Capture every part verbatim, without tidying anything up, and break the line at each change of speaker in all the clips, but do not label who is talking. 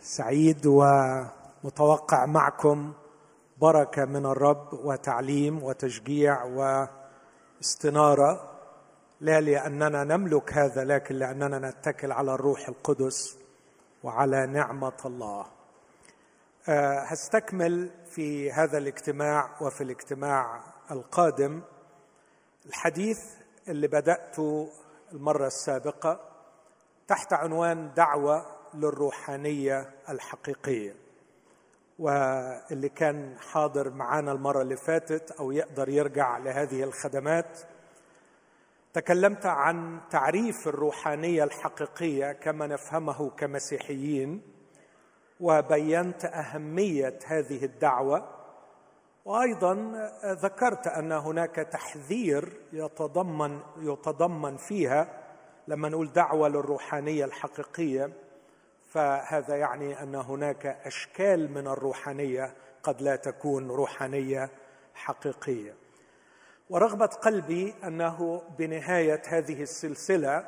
سعيد ومتوقع معكم بركة من الرب وتعليم وتشجيع واستنارة، لا لأننا نملك هذا لكن لأننا نتكل على الروح القدس وعلى نعمة الله. أه هستكمل في هذا الاجتماع وفي الاجتماع القادم الحديث اللي بدأته المرة السابقة تحت عنوان دعوة للروحانية الحقيقية، واللي كان حاضر معنا المرة اللي فاتت أو يقدر يرجع لهذه الخدمات. تكلمت عن تعريف الروحانية الحقيقية كما نفهمه كمسيحيين، وبينت أهمية هذه الدعوة، وأيضا ذكرت أن هناك تحذير يتضمن يتضمن فيها. لما نقول دعوة للروحانية الحقيقية فهذا يعني أن هناك أشكال من الروحانية قد لا تكون روحانية حقيقية. ورغبة قلبي أنه بنهاية هذه السلسلة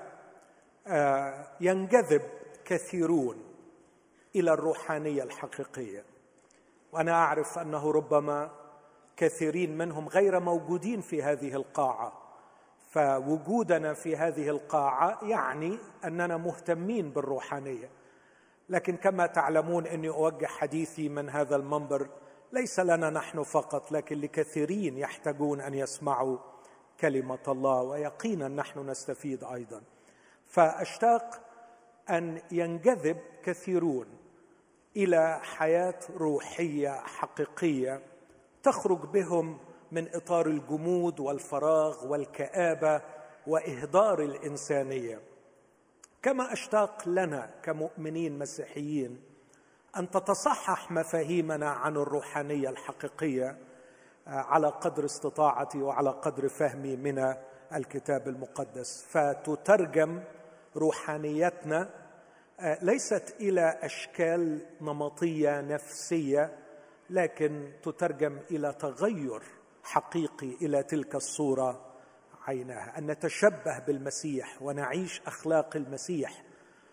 ينجذب كثيرون إلى الروحانية الحقيقية، وأنا أعرف أنه ربما كثيرين منهم غير موجودين في هذه القاعة، فوجودنا في هذه القاعة يعني أننا مهتمين بالروحانية. لكن كما تعلمون أني أوجه حديثي من هذا المنبر ليس لنا نحن فقط، لكن لكثيرين يحتاجون أن يسمعوا كلمة الله، ويقينا نحن نستفيد أيضا. فأشتاق أن ينجذب كثيرون إلى حياة روحية حقيقية تخرج بهم من إطار الجمود والفراغ والكآبة وإهدار الإنسانية. كما أشتاق لنا كمؤمنين مسيحيين أن تتصحح مفاهيمنا عن الروحانية الحقيقية على قدر استطاعتي وعلى قدر فهمي من الكتاب المقدس، فتترجم روحانيتنا ليست إلى أشكال نمطية نفسية، لكن تترجم إلى تغير حقيقي إلى تلك الصورة عينها، أن نتشبه بالمسيح ونعيش أخلاق المسيح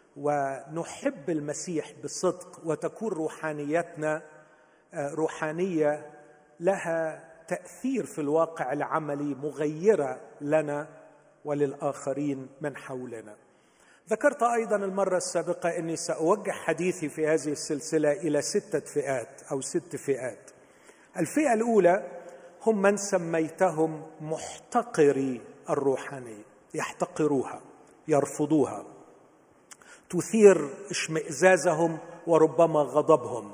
ونحب المسيح بصدق، وتكون روحانيتنا روحانية لها تأثير في الواقع العملي، مغيرة لنا وللآخرين من حولنا. ذكرت أيضا المرة السابقة أني سأوجه حديثي في هذه السلسلة إلى ستة فئات أو ست فئات. الفئة الأولى هم من سميتهم محتقري الروحانية، يحتقروها، يرفضوها، تثير اشمئزازهم وربما غضبهم.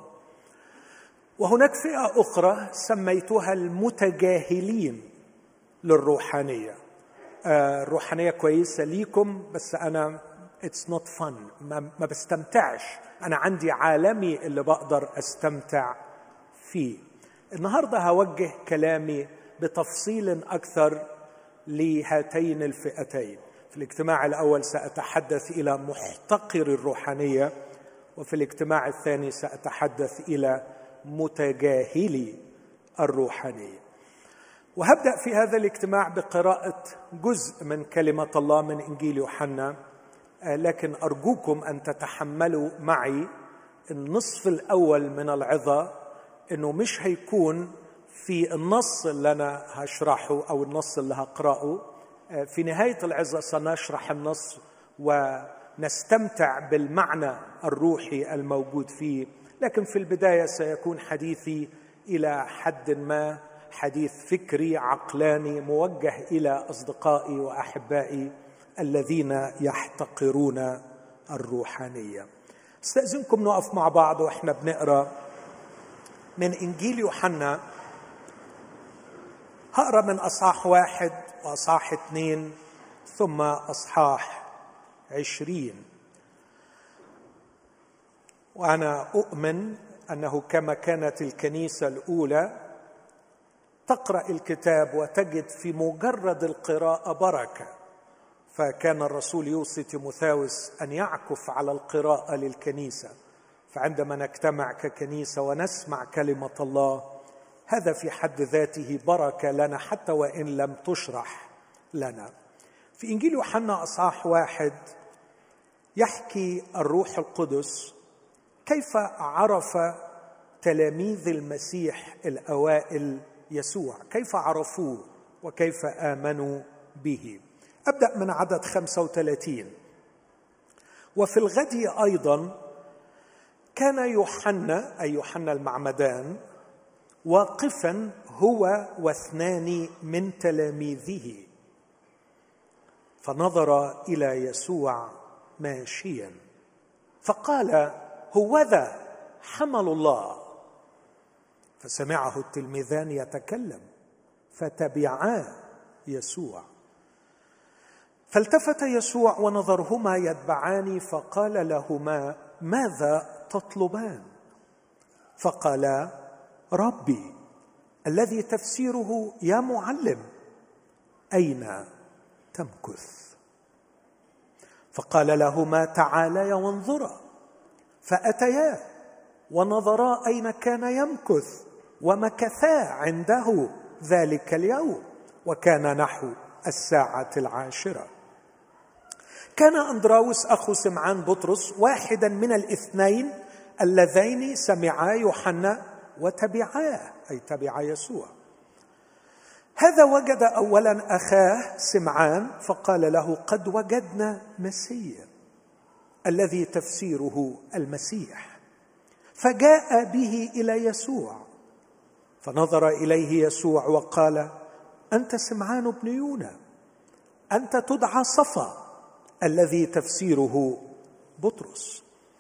وهناك فئة أخرى سميتها المتجاهلين للروحانية. آه الروحانية كويسة ليكم بس أنا it's not fun، ما, ما بستمتعش، أنا عندي عالمي اللي بقدر أستمتع فيه. النهاردة هوجه كلامي بتفصيل أكثر لهاتين الفئتين. في الاجتماع الأول سأتحدث إلى محتقر الروحانية، وفي الاجتماع الثاني سأتحدث إلى متجاهلي الروحانية. وهبدأ في هذا الاجتماع بقراءة جزء من كلمة الله من إنجيل يوحنا، لكن أرجوكم أن تتحملوا معي النصف الأول من العظة، إنه مش هيكون في النص اللي أنا هشرحه أو النص اللي هقرأه. في نهاية العظة سنشرح النص ونستمتع بالمعنى الروحي الموجود فيه، لكن في البداية سيكون حديثي إلى حد ما حديث فكري عقلاني موجه إلى أصدقائي وأحبائي الذين يحتقرون الروحانية. استأذنكم نقف مع بعض وإحنا بنقرأ من إنجيل يوحنا. هقرأ من أصحاح واحد وأصحاح اثنين ثم أصحاح عشرين. وأنا أؤمن أنه كما كانت الكنيسة الأولى تقرأ الكتاب وتجد في مجرد القراءة بركة، فكان الرسول يوصي تيموثاوس أن يعكف على القراءة للكنيسة. فعندما نجتمع ككنيسة ونسمع كلمة الله هذا في حد ذاته بركة لنا حتى وإن لم تشرح لنا. في إنجيل يوحنا أصحاح واحد يحكي الروح القدس كيف عرف تلاميذ المسيح الأوائل يسوع؟ كيف عرفوه وكيف آمنوا به؟ أبدأ من عدد خمسة وثلاثين. وفي الغد أيضا كان يوحنا، أي يوحنا المعمدان، واقفا هو واثنان من تلاميذه، فنظر إلى يسوع ماشيا فقال: هوذا حمل الله. فسمعه التلميذان يتكلم فتبعا يسوع. فالتفت يسوع ونظرهما يتبعان فقال لهما: ماذا تطلبان؟ فقالا: ربي، الذي تفسيره يا معلم، أين تمكث؟ فقال لهما: تعاليا وانظرا. فأتيا ونظرا أين كان يمكث، ومكثا عنده ذلك اليوم، وكان نحو الساعة العاشرة. كان أندراوس أخو سمعان بطرس واحدا من الاثنين اللذين سمعا يوحنا وتبعاه، أي تبع يسوع. هذا وجد أولا أخاه سمعان فقال له: قد وجدنا مسيا، الذي تفسيره المسيح. فجاء به إلى يسوع، فنظر إليه يسوع وقال: أنت سمعان بن يونا، أنت تدعى صفا، الذي تفسيره بطرس.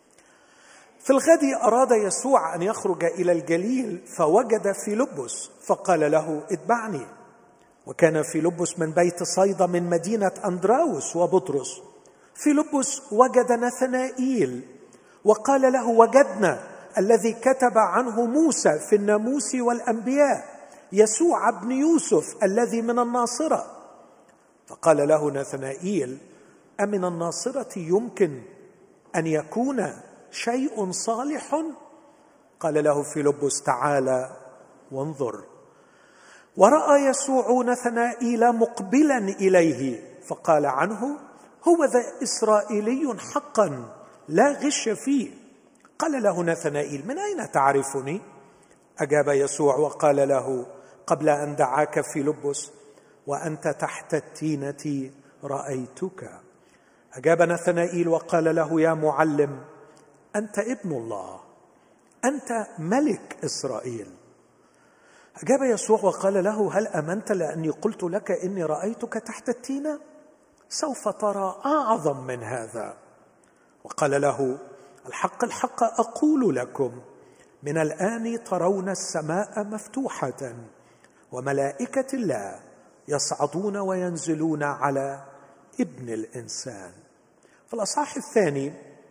في الغد أراد يسوع أن يخرج إلى الجليل، فوجد فيلبس فقال له: اتبعني. وكان فيلبس من بيت صيدا من مدينة أندراوس وبطرس. فيلبس وجد نثنائيل وقال له: وجدنا الذي كتب عنه موسى في الناموس والأنبياء، يسوع بن يوسف الذي من الناصرة. فقال له نثنائيل: أمن الناصرة يمكن أن يكون شيء صالح؟ قال له فيلبس: تعالى وانظر. ورأى يسوع نثنائيل مقبلا إليه فقال عنه: هو ذا إسرائيلي حقا لا غش فيه. قال له نثنائيل: من أين تعرفني؟ أجاب يسوع وقال له: قبل أن دعاك فيلبس وأنت تحت التينة رأيتك. أجاب نثنائيل وقال له: يا معلم، أنت ابن الله، أنت ملك إسرائيل. أجاب يسوع وقال له: هل أمنت لأني قلت لك إني رأيتك تحت التينة؟ سوف ترى أعظم من هذا. وقال له: الحق الحق أقول لكم، من الآن ترون السماء مفتوحة وملائكة الله يصعدون وينزلون على ابن الإنسان. في الأصحاح الثاني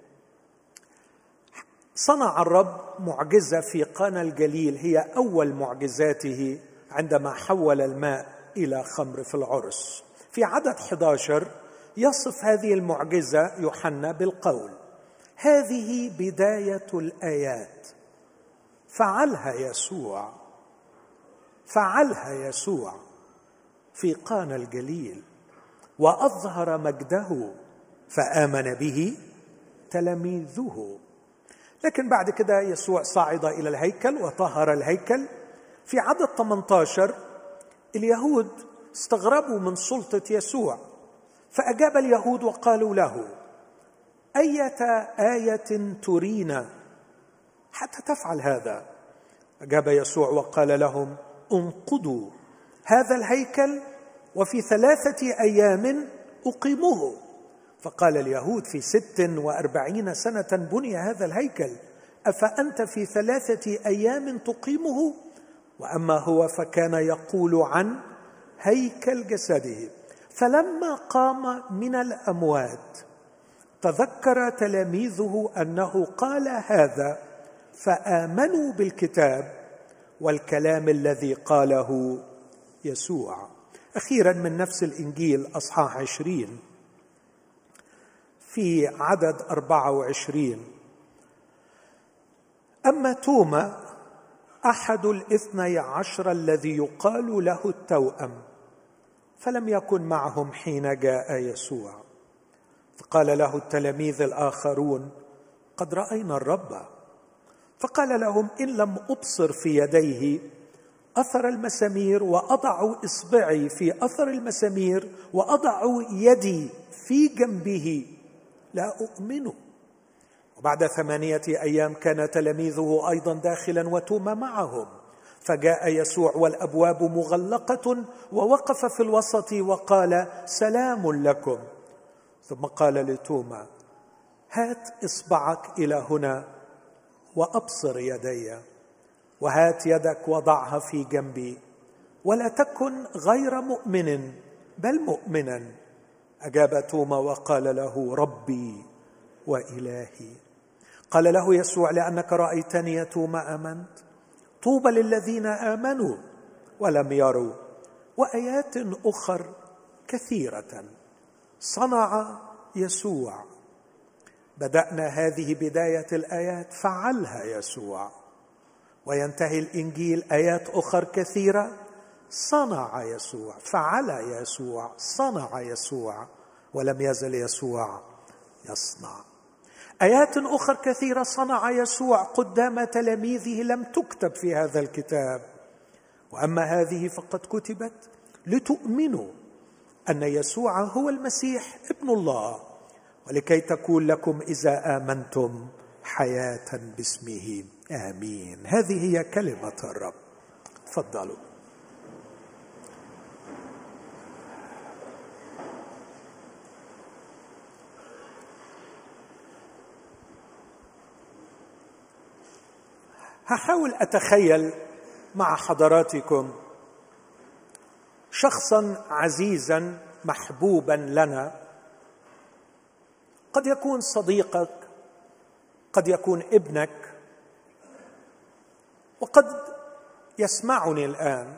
صنع الرب معجزة في قانا الجليل، هي أول معجزاته عندما حول الماء إلى خمر في العرس. في عدد أحد عشر يصف هذه المعجزة يوحنا بالقول: هذه بداية الآيات فعلها يسوع فعلها يسوع في قانا الجليل، وأظهر مجده فآمن به تلاميذه. لكن بعد كده يسوع صعد إلى الهيكل وطهر الهيكل. في عدد ثمانية عشر اليهود استغربوا من سلطة يسوع، فأجاب اليهود وقالوا له: أية آية ترينا حتى تفعل هذا؟ أجاب يسوع وقال لهم: انقضوا هذا الهيكل وفي ثلاثة أيام أقيمه. فقال اليهود: في ست وأربعين سنة بني هذا الهيكل، أفأنت في ثلاثة أيام تقيمه؟ وأما هو فكان يقول عن هيكل جسده. فلما قام من الأموات تذكر تلاميذه أنه قال هذا، فآمنوا بالكتاب والكلام الذي قاله يسوع. أخيرا من نفس الإنجيل أصحاح عشرين في عدد أربعة وعشرين: أما توما أحد الاثني عشر الذي يقال له التوأم فلم يكن معهم حين جاء يسوع. فقال له التلاميذ الآخرون: قد رأينا الرب. فقال لهم: إن لم أبصر في يديه أثر المسامير وأضع إصبعي في أثر المسامير وأضع يدي في جنبه لا أؤمن. وبعد ثمانية أيام كان تلاميذه أيضا داخلا وتوما معهم، فجاء يسوع والأبواب مغلقة ووقف في الوسط وقال: سلام لكم. ثم قال لتوما: هات إصبعك إلى هنا وأبصر يدي، وهات يدك وضعها في جنبي، ولا تكن غير مؤمن بل مؤمنا. أجاب توما وقال له: ربي وإلهي. قال له يسوع: لأنك رأيتني يا توما آمنت. طوبى للذين آمنوا ولم يروا. وآيات أخر كثيرة صنع يسوع. بدأنا هذه بداية الآيات، فعلها يسوع، وينتهي الإنجيل آيات أخر كثيرة صنع يسوع، فعل يسوع، صنع يسوع، ولم يزل يسوع يصنع. آيات أخر كثيرة صنع يسوع قدام تلاميذه لم تكتب في هذا الكتاب، وأما هذه فقد كتبت لتؤمنوا أن يسوع هو المسيح ابن الله، ولكي تكون لكم إذا آمنتم حياة باسمه. آمين. هذه هي كلمة الرب. تفضلوا. هحاول أتخيل مع حضراتكم شخصا عزيزا محبوبا لنا، قد يكون صديقك، قد يكون ابنك، وقد يسمعني الآن،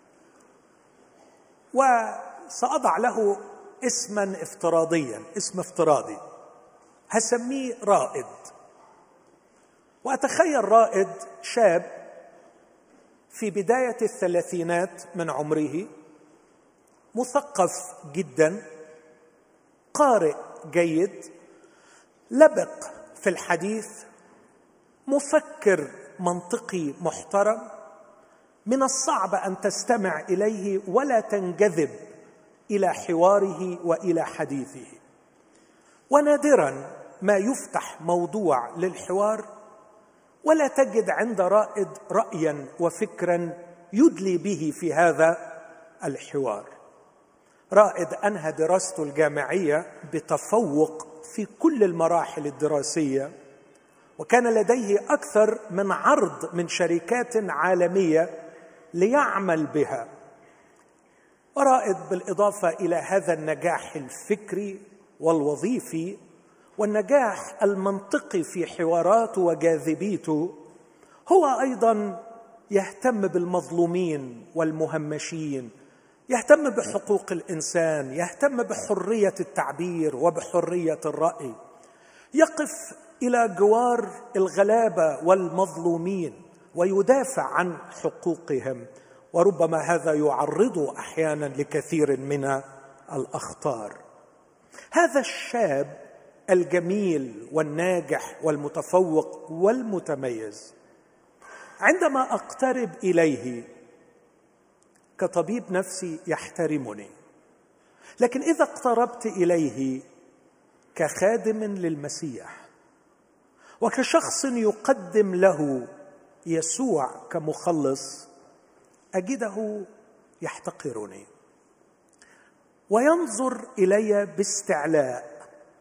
وسأضع له اسما افتراضيا، اسم افتراضي هسميه رائد. وأتخيل رائد شاب في بداية الثلاثينات من عمره، مثقف جدا، قارئ جيد، لبق في الحديث، مفكر منطقي محترم، من الصعب أن تستمع إليه ولا تنجذب إلى حواره وإلى حديثه، ونادرا ما يفتح موضوع للحوار ولا تجد عند رائد رأيا وفكرا يدلي به في هذا الحوار. رائد أنهى دراسته الجامعية بتفوق في كل المراحل الدراسية، وكان لديه أكثر من عرض من شركات عالمية ليعمل بها. ورائد بالإضافة إلى هذا النجاح الفكري والوظيفي والنجاح المنطقي في حواراته وجاذبيته، هو أيضا يهتم بالمظلومين والمهمشين، يهتم بحقوق الإنسان، يهتم بحرية التعبير وبحرية الرأي، يقف إلى جوار الغلابة والمظلومين ويدافع عن حقوقهم، وربما هذا يعرضه أحيانا لكثير من الأخطار. هذا الشاب الجميل والناجح والمتفوق والمتميز، عندما أقترب إليه كطبيب نفسي يحترمني، لكن إذا اقتربت إليه كخادم للمسيح وكشخص يقدم له يسوع كمخلص، أجده يحتقرني وينظر إلي باستعلاء،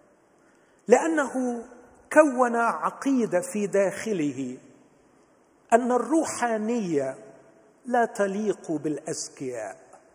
لأنه كون عقيدة في داخله أن الروحانية لا تليق بالأذكياء،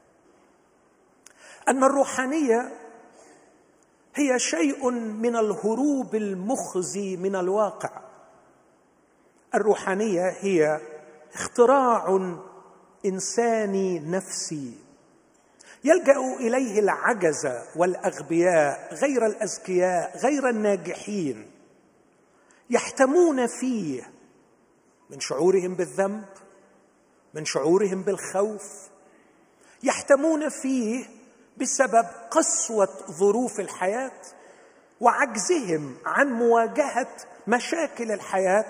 أن الروحانية هي شيء من الهروب المخزي من الواقع. الروحانية هي اختراع إنساني نفسي يلجأ إليه العجزة والأغبياء غير الأذكياء غير الناجحين، يحتمون فيه من شعورهم بالذنب، من شعورهم بالخوف، يحتمون فيه بسبب قسوة ظروف الحياة وعجزهم عن مواجهة مشاكل الحياة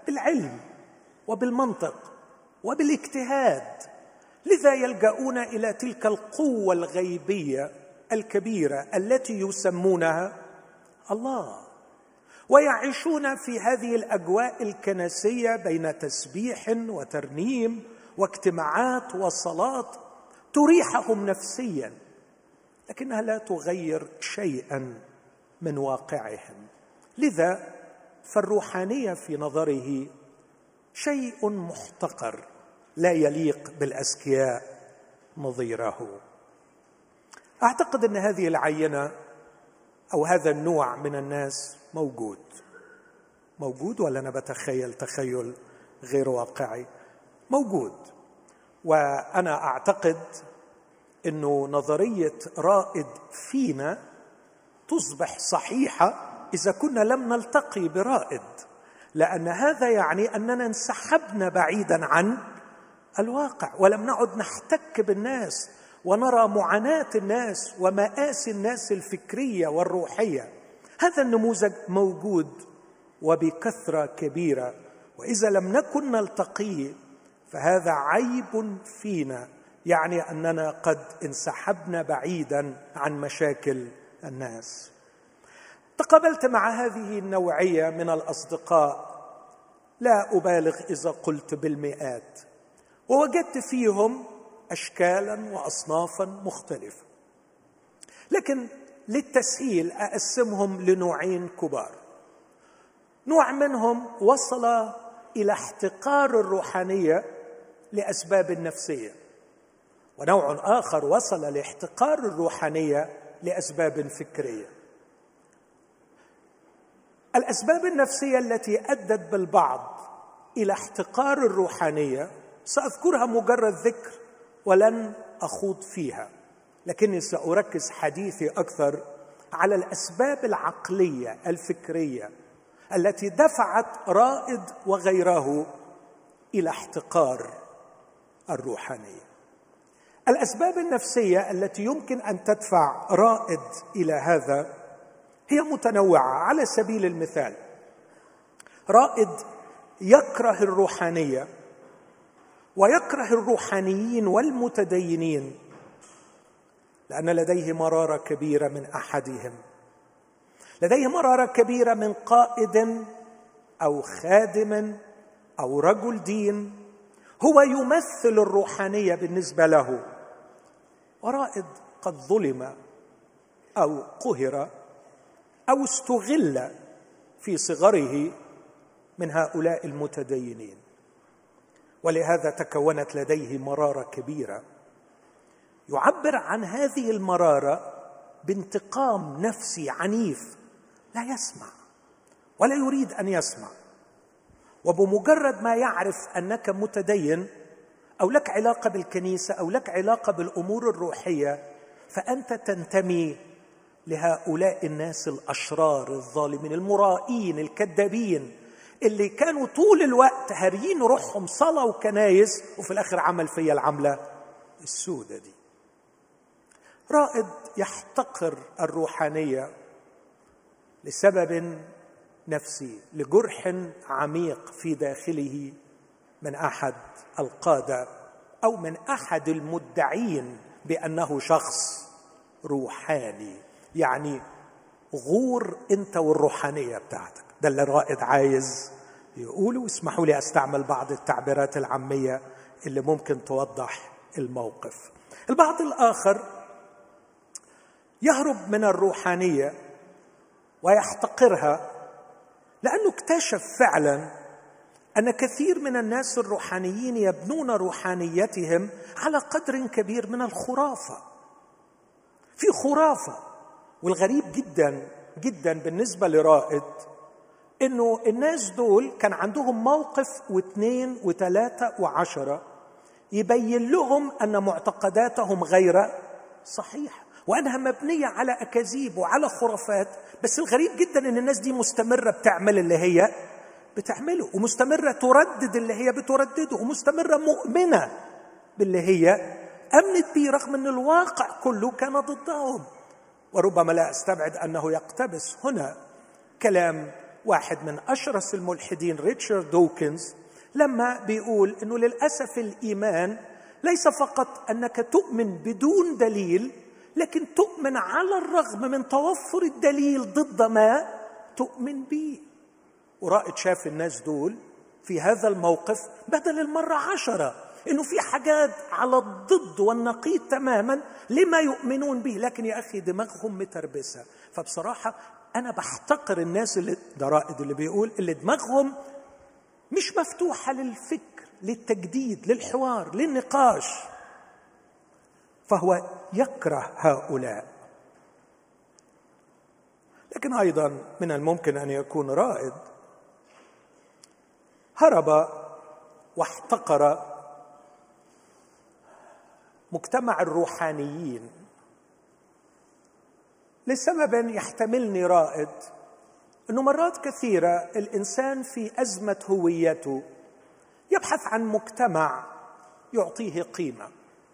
بالعلم وبالمنطق وبالاجتهاد. لذا يلجؤون إلى تلك القوة الغيبية الكبيرة التي يسمونها الله، ويعيشون في هذه الأجواء الكنسية بين تسبيح وترنيم واجتماعات وصلاة تريحهم نفسيا، لكنها لا تغير شيئا من واقعهم. لذا فالروحانية في نظره شيء محتقر لا يليق بالأذكياء نظيره. أعتقد أن هذه العينة أو هذا النوع من الناس موجود موجود ولا أنا بتخيل تخيل غير واقعي؟ موجود. وأنا أعتقد أنه نظرية رائد فينا تصبح صحيحة إذا كنا لم نلتقي برائد، لأن هذا يعني أننا انسحبنا بعيدا عن الواقع ولم نعد نحتك بالناس ونرى معاناة الناس ومآسي الناس الفكرية والروحية. هذا النموذج موجود وبكثرة كبيرة، وإذا لم نكن نلتقيه فهذا عيب فينا، يعني أننا قد انسحبنا بعيدا عن مشاكل الناس. تقابلت مع هذه النوعية من الأصدقاء، لا أبالغ إذا قلت بالمئات، ووجدت فيهم أشكالا وأصنافا مختلفة، لكن للتسهيل أقسمهم لنوعين كبار. نوع منهم وصل إلى احتقار الروحانية لأسباب نفسية، ونوع آخر وصل لاحتقار الروحانية لأسباب فكرية. الأسباب النفسية التي أدت بالبعض إلى احتقار الروحانية سأذكرها مجرد ذكر ولن أخوض فيها، لكني سأركز حديثي أكثر على الأسباب العقلية الفكرية التي دفعت رائد وغيره إلى احتقار الروحانية. الأسباب النفسية التي يمكن أن تدفع رائد إلى هذا هي متنوعة. على سبيل المثال، رائد يكره الروحانية ويكره الروحانيين والمتدينين لأن لديه مرارة كبيرة من أحدهم، لديه مرارة كبيرة من قائد أو خادم أو رجل دين هو يمثل الروحانية بالنسبة له، ورائد قد ظلم أو قهر أو استغل في صغره من هؤلاء المتدينين، ولهذا تكونت لديه مرارة كبيرة. يعبر عن هذه المرارة بانتقام نفسي عنيف، لا يسمع ولا يريد أن يسمع، وبمجرد ما يعرف أنك متدين أو لك علاقة بالكنيسة أو لك علاقة بالأمور الروحية فأنت تنتمي لهؤلاء الناس الأشرار الظالمين المرائين الكذابين اللي كانوا طول الوقت هاريين روحهم صلاة وكنايس وفي الآخر عمل فيها العملة السودة دي. رائد يحتقر الروحانية لسبب نفسي، لجرح عميق في داخله من أحد القادة أو من أحد المدعين بأنه شخص روحاني. يعني غور أنت والروحانية بتاعتك، ده اللي الرائد عايز يقوله. واسمحوا لي أستعمل بعض التعبيرات العامية اللي ممكن توضح الموقف. البعض الآخر يهرب من الروحانية ويحتقرها لأنه اكتشف فعلا أن كثير من الناس الروحانيين يبنون روحانيتهم على قدر كبير من الخرافة. في خرافة، والغريب جدا جدا بالنسبة لرائد إنه الناس دول كان عندهم موقف واثنين وثلاثة وعشرة يبين لهم أن معتقداتهم غير صحيحة وأنها مبنية على أكاذيب وعلى خرافات. بس الغريب جدا أن الناس دي مستمرة بتعمل اللي هي بتعمله، ومستمرة تردد اللي هي بتردده، ومستمرة مؤمنة باللي هي أمنت به رغم أن الواقع كله كان ضدهم. وربما لا أستبعد أنه يقتبس هنا كلام واحد من أشرس الملحدين ريتشارد دوكنز لما بيقول أنه للأسف الإيمان ليس فقط أنك تؤمن بدون دليل، لكن تؤمن على الرغم من توفر الدليل ضد ما تؤمن به. ورائد شاف الناس دول في هذا الموقف بدل المرة عشرة، إنه في حاجات على الضد والنقيض تماما لما يؤمنون به، لكن يا أخي دماغهم متربسة. فبصراحة أنا بحتقر الناس اللي ده رائد اللي بيقول اللي دماغهم مش مفتوحة للفكر، للتجديد، للحوار، للنقاش. فهو يكره هؤلاء. لكن أيضا من الممكن أن يكون رائد هرب واحتقر مجتمع الروحانيين لسبب يحتملني رائد، أنه مرات كثيرة الإنسان في أزمة هويته يبحث عن مجتمع يعطيه قيمة،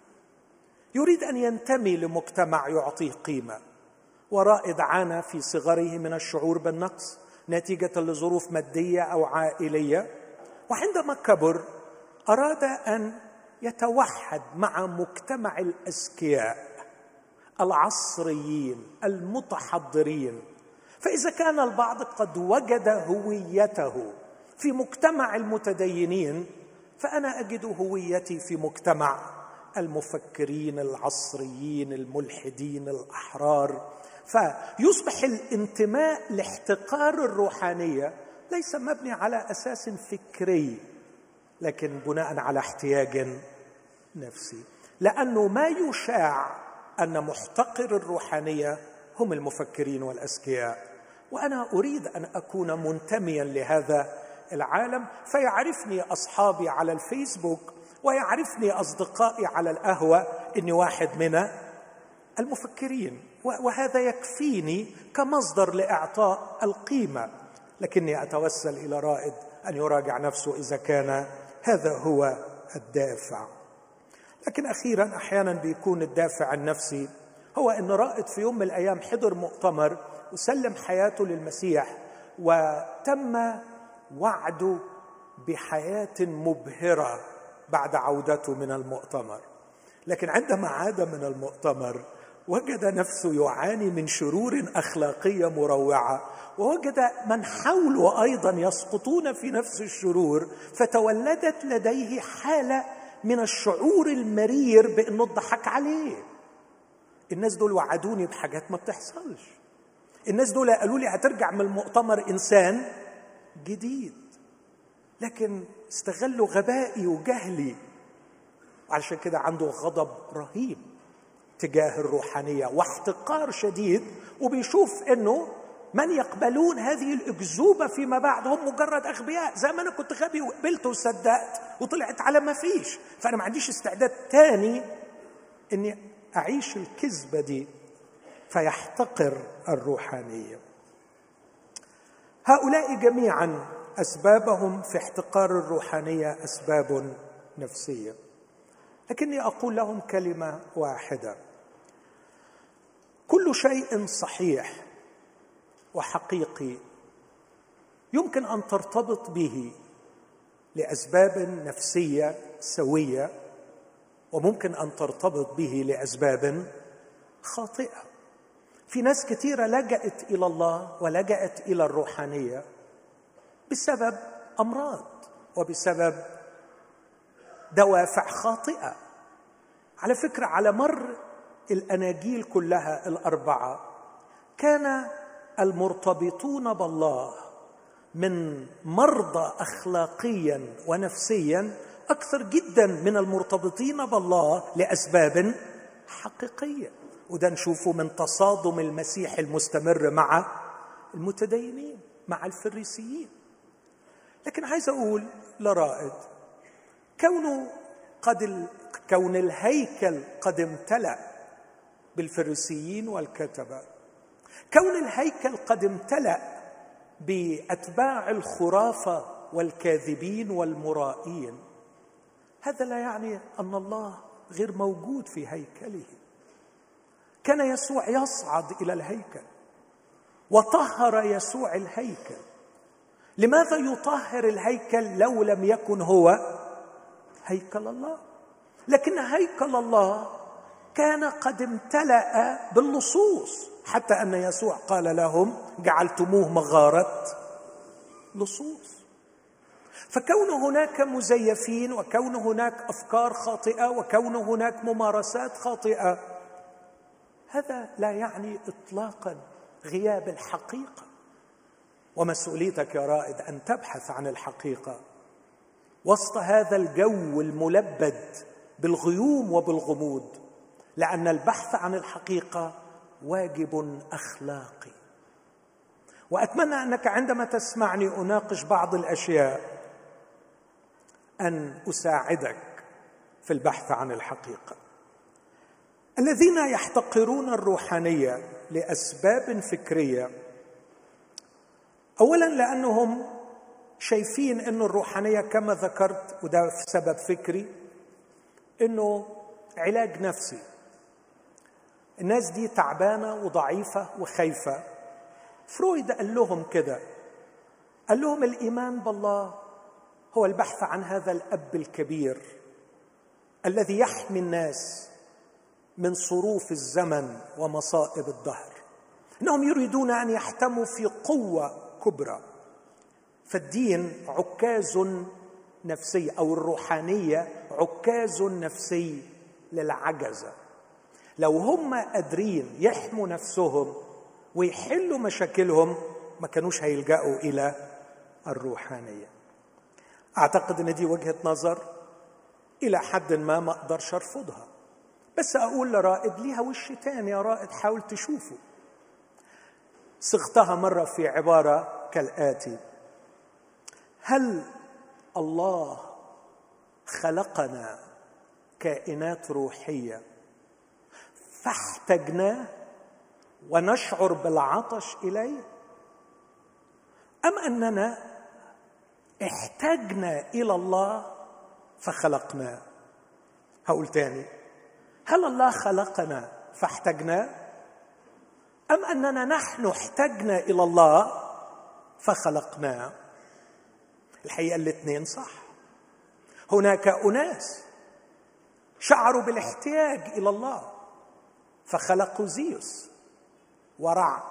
يريد أن ينتمي لمجتمع يعطيه قيمة. ورائد عانى في صغره من الشعور بالنقص نتيجة لظروف مادية أو عائلية، وعندما كبر أراد أن يتوحد مع مجتمع الأذكياء العصريين المتحضرين. فإذا كان البعض قد وجد هويته في مجتمع المتدينين، فأنا أجد هويتي في مجتمع المفكرين العصريين الملحدين الأحرار. فيصبح الانتماء لاحتقار الروحانية ليس مبني على أساس فكري، لكن بناء على احتياج نفسي، لأنه ما يشاع أن محتقر الروحانية هم المفكرين والأذكياء، وأنا أريد أن أكون منتميا لهذا العالم. فيعرفني أصحابي على الفيسبوك ويعرفني أصدقائي على القهوة إني واحد من المفكرين، وهذا يكفيني كمصدر لإعطاء القيمة. لكني أتوسل إلى رائد أن يراجع نفسه إذا كان هذا هو الدافع. لكن أخيرا أحيانا بيكون الدافع النفسي هو أن رائد في يوم من الأيام حضر مؤتمر وسلم حياته للمسيح، وتم وعده بحياة مبهرة بعد عودته من المؤتمر. لكن عندما عاد من المؤتمر وجد نفسه يعاني من شرور أخلاقية مروعة، ووجد من حوله أيضا يسقطون في نفس الشرور، فتولدت لديه حالة من الشعور المرير بأنه الضحك عليه. الناس دول وعدوني بحاجات ما بتحصلش، الناس دول قالوا لي هترجع من المؤتمر إنسان جديد، لكن استغلوا غبائي وجهلي. علشان كده عنده غضب رهيب تجاه الروحانية واحتقار شديد، وبيشوف انه من يقبلون هذه الأكذوبة فيما بعد هم مجرد أغبياء، زي ما أنا كنت غبي وقبلت وصدقت وطلعت على ما فيش، فأنا ما عنديش استعداد تاني إني أعيش الكذبة دي. فيحتقر الروحانية. هؤلاء جميعا أسبابهم في احتقار الروحانية أسباب نفسية، لكني أقول لهم كلمة واحدة: كل شيء صحيح وحقيقي يمكن أن ترتبط به لأسباب نفسية سوية، وممكن أن ترتبط به لأسباب خاطئة. في ناس كثيرة لجأت إلى الله ولجأت إلى الروحانية بسبب أمراض وبسبب دوافع خاطئة. على فكرة على مر الأناجيل كلها الأربعة كان المرتبطون بالله من مرضى أخلاقيا ونفسيا أكثر جدا من المرتبطين بالله لأسباب حقيقية. وده نشوفه من تصادم المسيح المستمر مع المتدينين، مع الفريسيين. لكن عايز أقول لرائد، كونه قد ال... كون الهيكل قد امتلأ بالفريسيين والكتبة، كون الهيكل قد امتلأ بأتباع الخرافة والكاذبين والمرائين، هذا لا يعني أن الله غير موجود في هيكله. كان يسوع يصعد إلى الهيكل وطهر يسوع الهيكل لماذا يطهر الهيكل لو لم يكن هو هيكل الله؟ لكن هيكل الله كان قد امتلأ باللصوص، حتى أن يسوع قال لهم جعلتموه مغارة لصوص. فكون هناك مزيفين، وكون هناك أفكار خاطئة، وكون هناك ممارسات خاطئة، هذا لا يعني إطلاقا غياب الحقيقة. ومسؤوليتك يا رائد أن تبحث عن الحقيقة وسط هذا الجو الملبد بالغيوم وبالغموض، لأن البحث عن الحقيقة واجب أخلاقي. وأتمنى أنك عندما تسمعني أناقش بعض الأشياء أن أساعدك في البحث عن الحقيقة. الذين يحتقرون الروحانية لأسباب فكرية، أولا لأنهم شايفين أن الروحانية كما ذكرت، وده سبب فكري، أنه علاج نفسي. الناس دي تعبانة وضعيفة وخايفة. فرويد قال لهم كده، قال لهم الإيمان بالله هو البحث عن هذا الأب الكبير الذي يحمي الناس من صروف الزمن ومصائب الدهر. إنهم يريدون أن يحتموا في قوة كبرى. فالدين عكاز نفسي، أو الروحانية عكاز نفسي للعجزة. لو هم قادرين يحموا نفسهم ويحلوا مشاكلهم ما كانوش هيلجأوا إلى الروحانية. أعتقد أن دي وجهة نظر إلى حد ما ما أقدرش أرفضها، بس أقول لرائد ليها وش تاني يا رائد، حاول تشوفه. صغتها مرة في عبارة كالآتي: هل الله خلقنا كائنات روحية فاحتجناه ونشعر بالعطش إليه، أم أننا احتجنا إلى الله فخلقناه؟ هقول تاني: هل الله خلقنا فاحتجناه، أم أننا نحن احتجنا إلى الله فخلقناه؟ الحقيقة الاثنين صح. هناك أناس شعروا بالاحتياج إلى الله فخلقوا زيوس ورع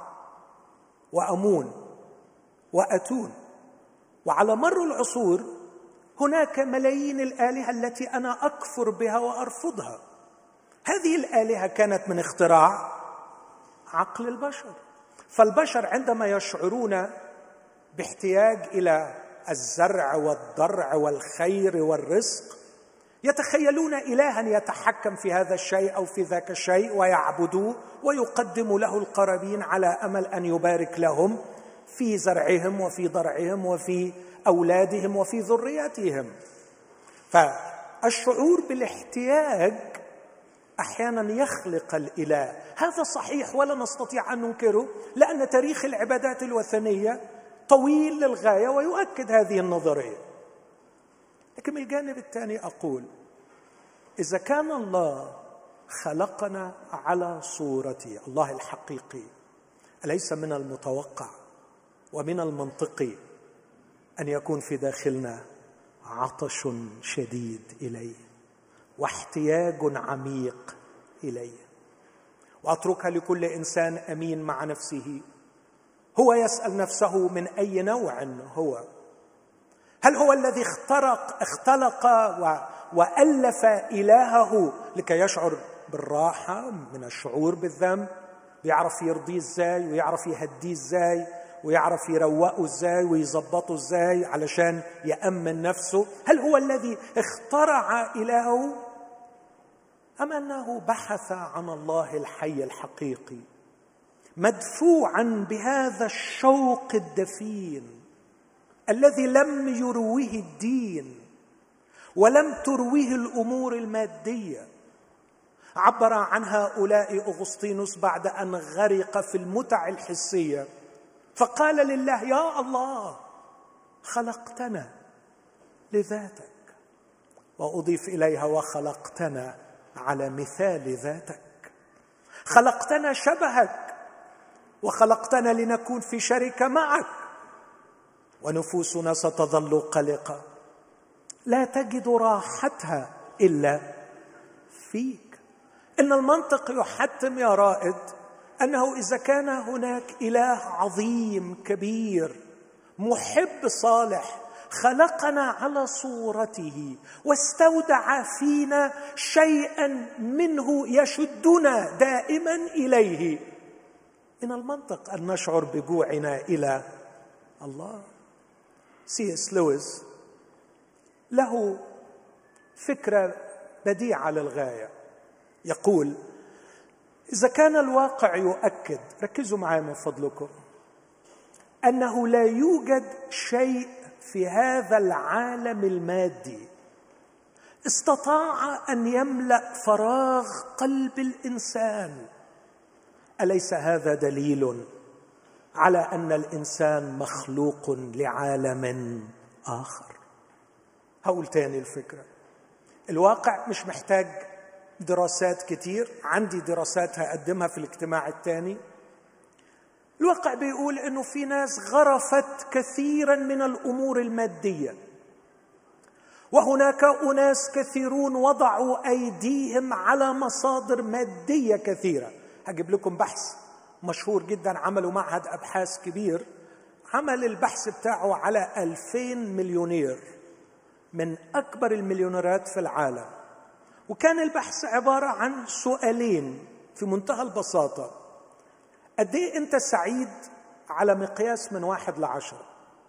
وأمون وأتون، وعلى مر العصور هناك ملايين الآلهة التي أنا أكفر بها وأرفضها. هذه الآلهة كانت من اختراع عقل البشر. فالبشر عندما يشعرون باحتياج إلى الزرع والضرع والخير والرزق يتخيلون إلها يتحكم في هذا الشيء أو في ذاك الشيء ويعبدوه ويقدم له القرابين على أمل أن يبارك لهم في زرعهم وفي ضرعهم وفي أولادهم وفي ذرياتهم. فالشعور بالاحتياج أحيانا يخلق الإله، هذا صحيح ولا نستطيع أن ننكره، لأن تاريخ العبادات الوثنية طويل للغاية ويؤكد هذه النظرية. لكن من الجانب الثاني أقول: إذا كان الله خلقنا على صورته، الله الحقيقي، أليس من المتوقع ومن المنطقي أن يكون في داخلنا عطش شديد إليه واحتياج عميق إليه؟ وأتركها لكل إنسان أمين مع نفسه، هو يسأل نفسه من أي نوع هو. هل هو الذي اخترق اختلق وألف إلهه لكي يشعر بالراحة من الشعور بالذنب، بيعرف يرضيه ازاي ويعرف يهديه ازاي ويعرف يروقه ازاي ويظبطه ازاي علشان يأمن نفسه؟ هل هو الذي اخترع إلهه، أم أنه بحث عن الله الحي الحقيقي مدفوعا بهذا الشوق الدفين الذي لم يروه الدين ولم ترويه الأمور المادية؟ عبر عن هؤلاء أغسطينوس بعد أن غرق في المتع الحسية، فقال لله: يا الله خلقتنا لذاتك، وأضيف إليها: وخلقتنا على مثال ذاتك، خلقتنا شبهك وخلقتنا لنكون في شركة معك. ونفوسنا ستظل قلقة لا تجد راحتها إلا فيك. إن المنطق يحتم يا رائد أنه إذا كان هناك إله عظيم كبير محب صالح خلقنا على صورته واستودع فينا شيئا منه يشدنا دائما إليه، من المنطق أن نشعر بجوعنا إلى الله. سي اس لويس له فكرة بديعة للغاية، يقول: إذا كان الواقع يؤكد، ركزوا معي من فضلكم، أنه لا يوجد شيء في هذا العالم المادي استطاع أن يملأ فراغ قلب الإنسان، أليس هذا دليل على أن الإنسان مخلوق لعالم آخر؟ هقول تاني الفكرة. الواقع مش محتاج دراسات كتير، عندي دراسات هقدمها في الاجتماع الثاني. الواقع بيقول إنه في ناس غرفت كثيرا من الأمور المادية، وهناك أناس كثيرون وضعوا أيديهم على مصادر مادية كثيرة. هجيب لكم بحث مشهور جدا عملوا معهد أبحاث كبير، عمل البحث بتاعه على ألفين مليونير من أكبر المليونيرات في العالم، وكان البحث عبارة عن سؤالين في منتهى البساطة: قد إيه أنت سعيد على مقياس من واحد لعشرة؟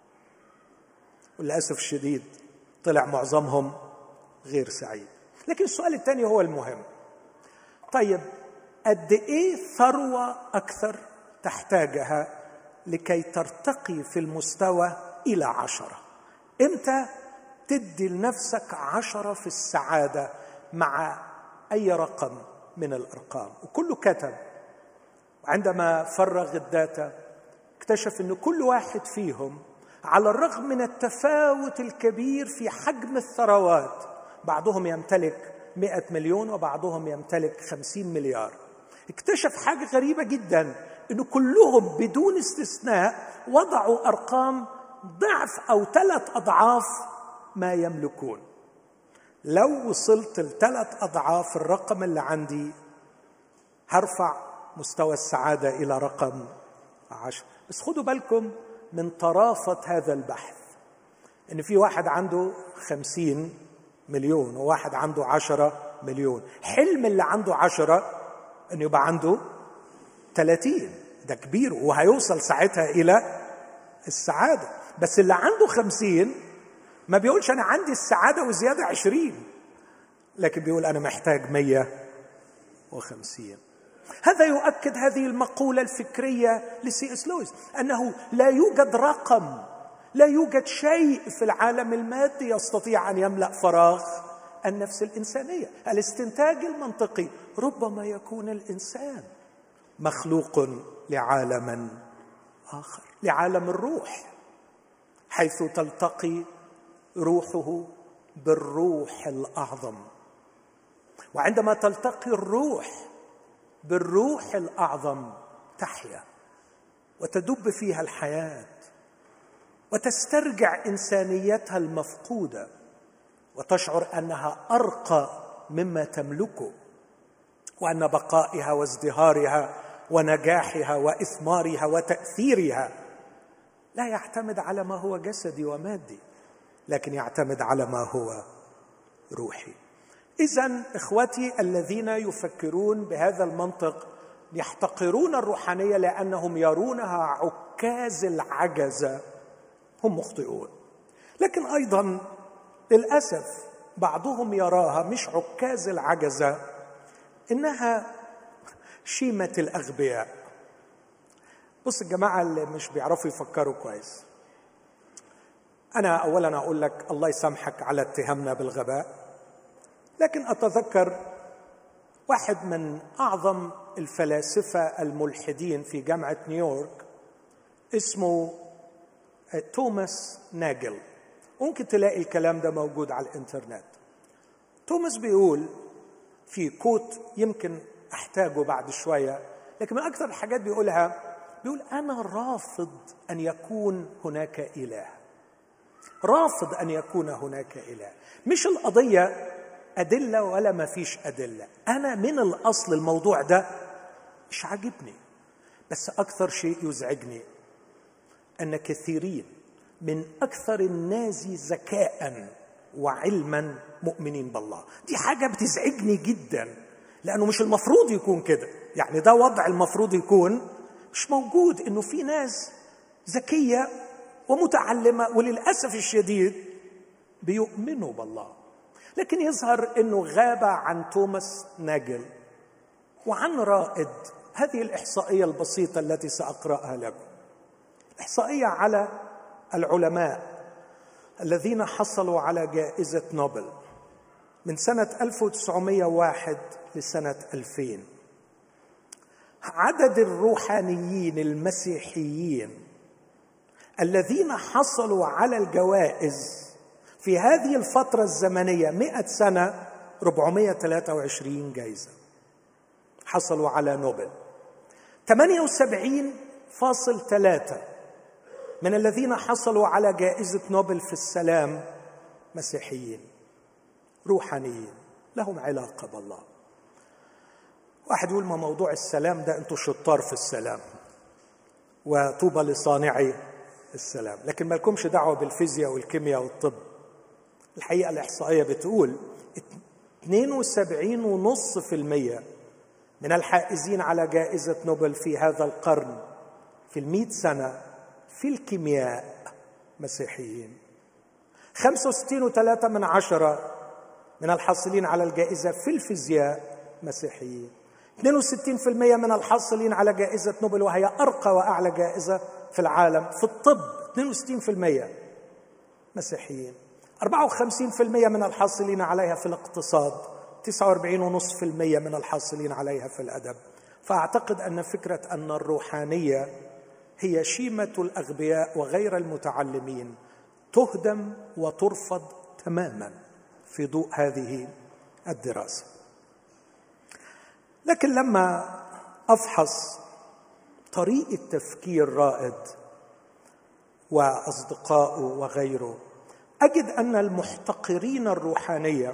وللأسف الشديد طلع معظمهم غير سعيد. لكن السؤال الثاني هو المهم: طيب قد إيه ثروة أكثر تحتاجها لكي ترتقي في المستوى إلى عشرة؟ إمتى تدي لنفسك عشرة في السعادة مع أي رقم من الأرقام؟ وكله كتب. وعندما فرغ الداتا اكتشف أن كل واحد فيهم على الرغم من التفاوت الكبير في حجم الثروات، بعضهم يمتلك مئة مليون وبعضهم يمتلك خمسين مليار، اكتشف حاجة غريبة جدا، أنه كلهم بدون استثناء وضعوا أرقام ضعف أو ثلاث أضعاف ما يملكون. لو وصلت لثلاث أضعاف الرقم اللي عندي هرفع مستوى السعادة إلى رقم عشر. بس خدوا بالكم من طرافة هذا البحث، إن في واحد عنده خمسين مليون وواحد عنده عشرة مليون. حلم اللي عنده عشرة أن يبقى عنده ثلاثين، ده كبير وهيوصل ساعتها إلى السعادة. بس اللي عنده خمسين ما بيقولش أنا عندي السعادة وزيادة عشرين، لكن بيقول أنا محتاج مية وخمسين. هذا يؤكد هذه المقولة الفكرية لسي اس لويس، أنه لا يوجد رقم، لا يوجد شيء في العالم المادي يستطيع أن يملأ فراغ النفس الإنسانية. الاستنتاج المنطقي: ربما يكون الإنسان مخلوق لعالم آخر، لعالم الروح، حيث تلتقي روحه بالروح الأعظم. وعندما تلتقي الروح بالروح الأعظم تحيا وتدب فيها الحياة وتسترجع إنسانيتها المفقودة، وتشعر أنها أرقى مما تملكه، وأن بقائها وازدهارها ونجاحها وإثمارها وتأثيرها لا يعتمد على ما هو جسدي ومادي، لكن يعتمد على ما هو روحي. إذن إخوتي الذين يفكرون بهذا المنطق يحتقرون الروحانية لأنهم يرونها عكاز العجزة، هم مخطئون. لكن أيضا للأسف بعضهم يراها مش عكاز العجزة، إنها شيمة الأغبياء. بص الجماعة اللي مش بيعرفوا يفكروا كويس، أنا أولا أقول لك الله يسامحك على اتهامنا بالغباء، لكن أتذكر واحد من أعظم الفلاسفة الملحدين في جامعة نيويورك اسمه توماس ناجل، ممكن تلاقي الكلام ده موجود على الإنترنت. توماس بيقول في كوت يمكن أحتاجه بعد شوية، لكن من أكثر الحاجات بيقولها، بيقول أنا رافض أن يكون هناك إله. رافض أن يكون هناك إله. مش القضية أدلة ولا ما فيش أدلة، أنا من الأصل الموضوع ده مش عاجبني. بس أكثر شيء يزعجني أن كثيرين من أكثر الناس ذكاء وعلما مؤمنين بالله. دي حاجة بتزعجني جدا، لأنه مش المفروض يكون كده. يعني ده وضع المفروض يكون مش موجود، إنه في ناس ذكية ومتعلمة وللأسف الشديد بيؤمنوا بالله. لكن يظهر أنه غاب عن توماس ناجل وعن رائد هذه الإحصائية البسيطة التي سأقرأها لكم. إحصائية على العلماء الذين حصلوا على جائزة نوبل من سنة ألف وتسعمائة وواحد لسنة ألفين. عدد الروحانيين المسيحيين الذين حصلوا على الجوائز في هذه الفترة الزمنية مئة سنة أربعمائة وثلاثة وعشرين جائزة حصلوا على نوبل. ثمانية وسبعين فاصلة ثلاثة من الذين حصلوا على جائزة نوبل في السلام مسيحيين روحانيين لهم علاقة بالله. واحد يقول ما موضوع السلام ده انتوا شطار في السلام وطوبى لصانعي السلام، لكن ما لكمش دعوة بالفيزياء والكيمياء والطب. الحقيقة الإحصائية بتقول اثنين وسبعين فاصلة خمسة بالمئة من الحائزين على جائزة نوبل في هذا القرن في المئة سنة في الكيمياء مسيحيين. خمسة وستين فاصلة ثلاثة من عشرة من الحاصلين على الجائزة في الفيزياء مسيحيين. اثنين وستين بالمئة من الحاصلين على جائزة نوبل وهي أرقى وأعلى جائزة في العالم في الطب اثنين وستين بالمئة مسيحيين. أربعة وخمسين بالمئة من الحاصلين عليها في الاقتصاد، تسعة وأربعين فاصلة خمسة بالمئة من الحاصلين عليها في الأدب. فأعتقد أن فكرة أن الروحانية هي شيمة الأغبياء وغير المتعلمين تهدم وترفض تماما في ضوء هذه الدراسة. لكن لما أفحص طريقة تفكير رائد وأصدقائه وغيره أجد أن المحتقرين الروحانية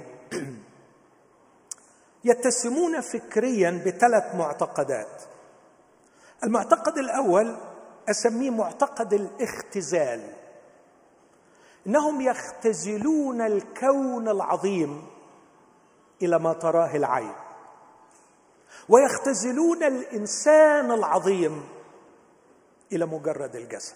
يتسمون فكريا بثلاث معتقدات. المعتقد الأول أسميه معتقد الاختزال، إنهم يختزلون الكون العظيم إلى ما تراه العين، ويختزلون الإنسان العظيم إلى مجرد الجسد.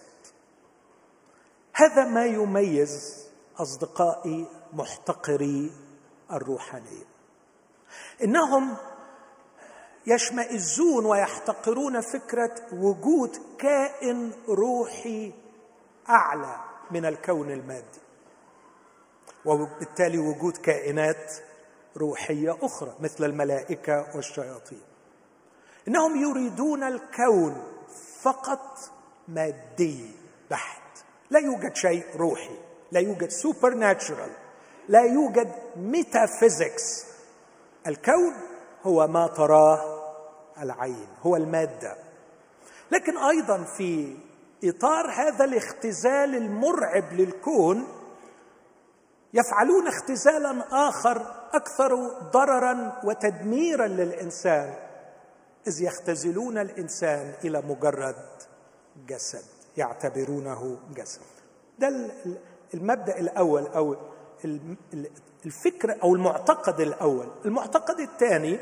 هذا ما يميز أصدقائي محتقري الروحانية، إنهم يشمئزون ويحتقرون فكرة وجود كائن روحي أعلى من الكون المادي، وبالتالي وجود كائنات روحية أخرى مثل الملائكة والشياطين. إنهم يريدون الكون فقط مادي بحت، لا يوجد شيء روحي، لا يوجد سوبر ناتشورال، لا يوجد ميتافيزيكس. الكون هو ما تراه العين، هو المادة. لكن أيضا في إطار هذا الاختزال المرعب للكون يفعلون اختزالا آخر أكثر ضررا وتدميرا للإنسان، إذ يختزلون الإنسان إلى مجرد جسد، يعتبرونه جسد. ده المبدأ الأول أو الفكر أو المعتقد الأول. المعتقد الثاني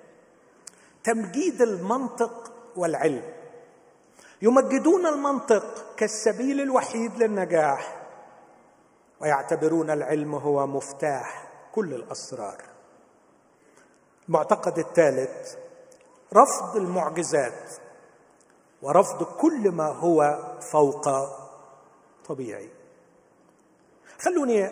تمجيد المنطق والعلم. يمجدون المنطق كالسبيل الوحيد للنجاح، ويعتبرون العلم هو مفتاح كل الأسرار. المعتقد الثالث رفض المعجزات ورفض كل ما هو فوق طبيعي. خلوني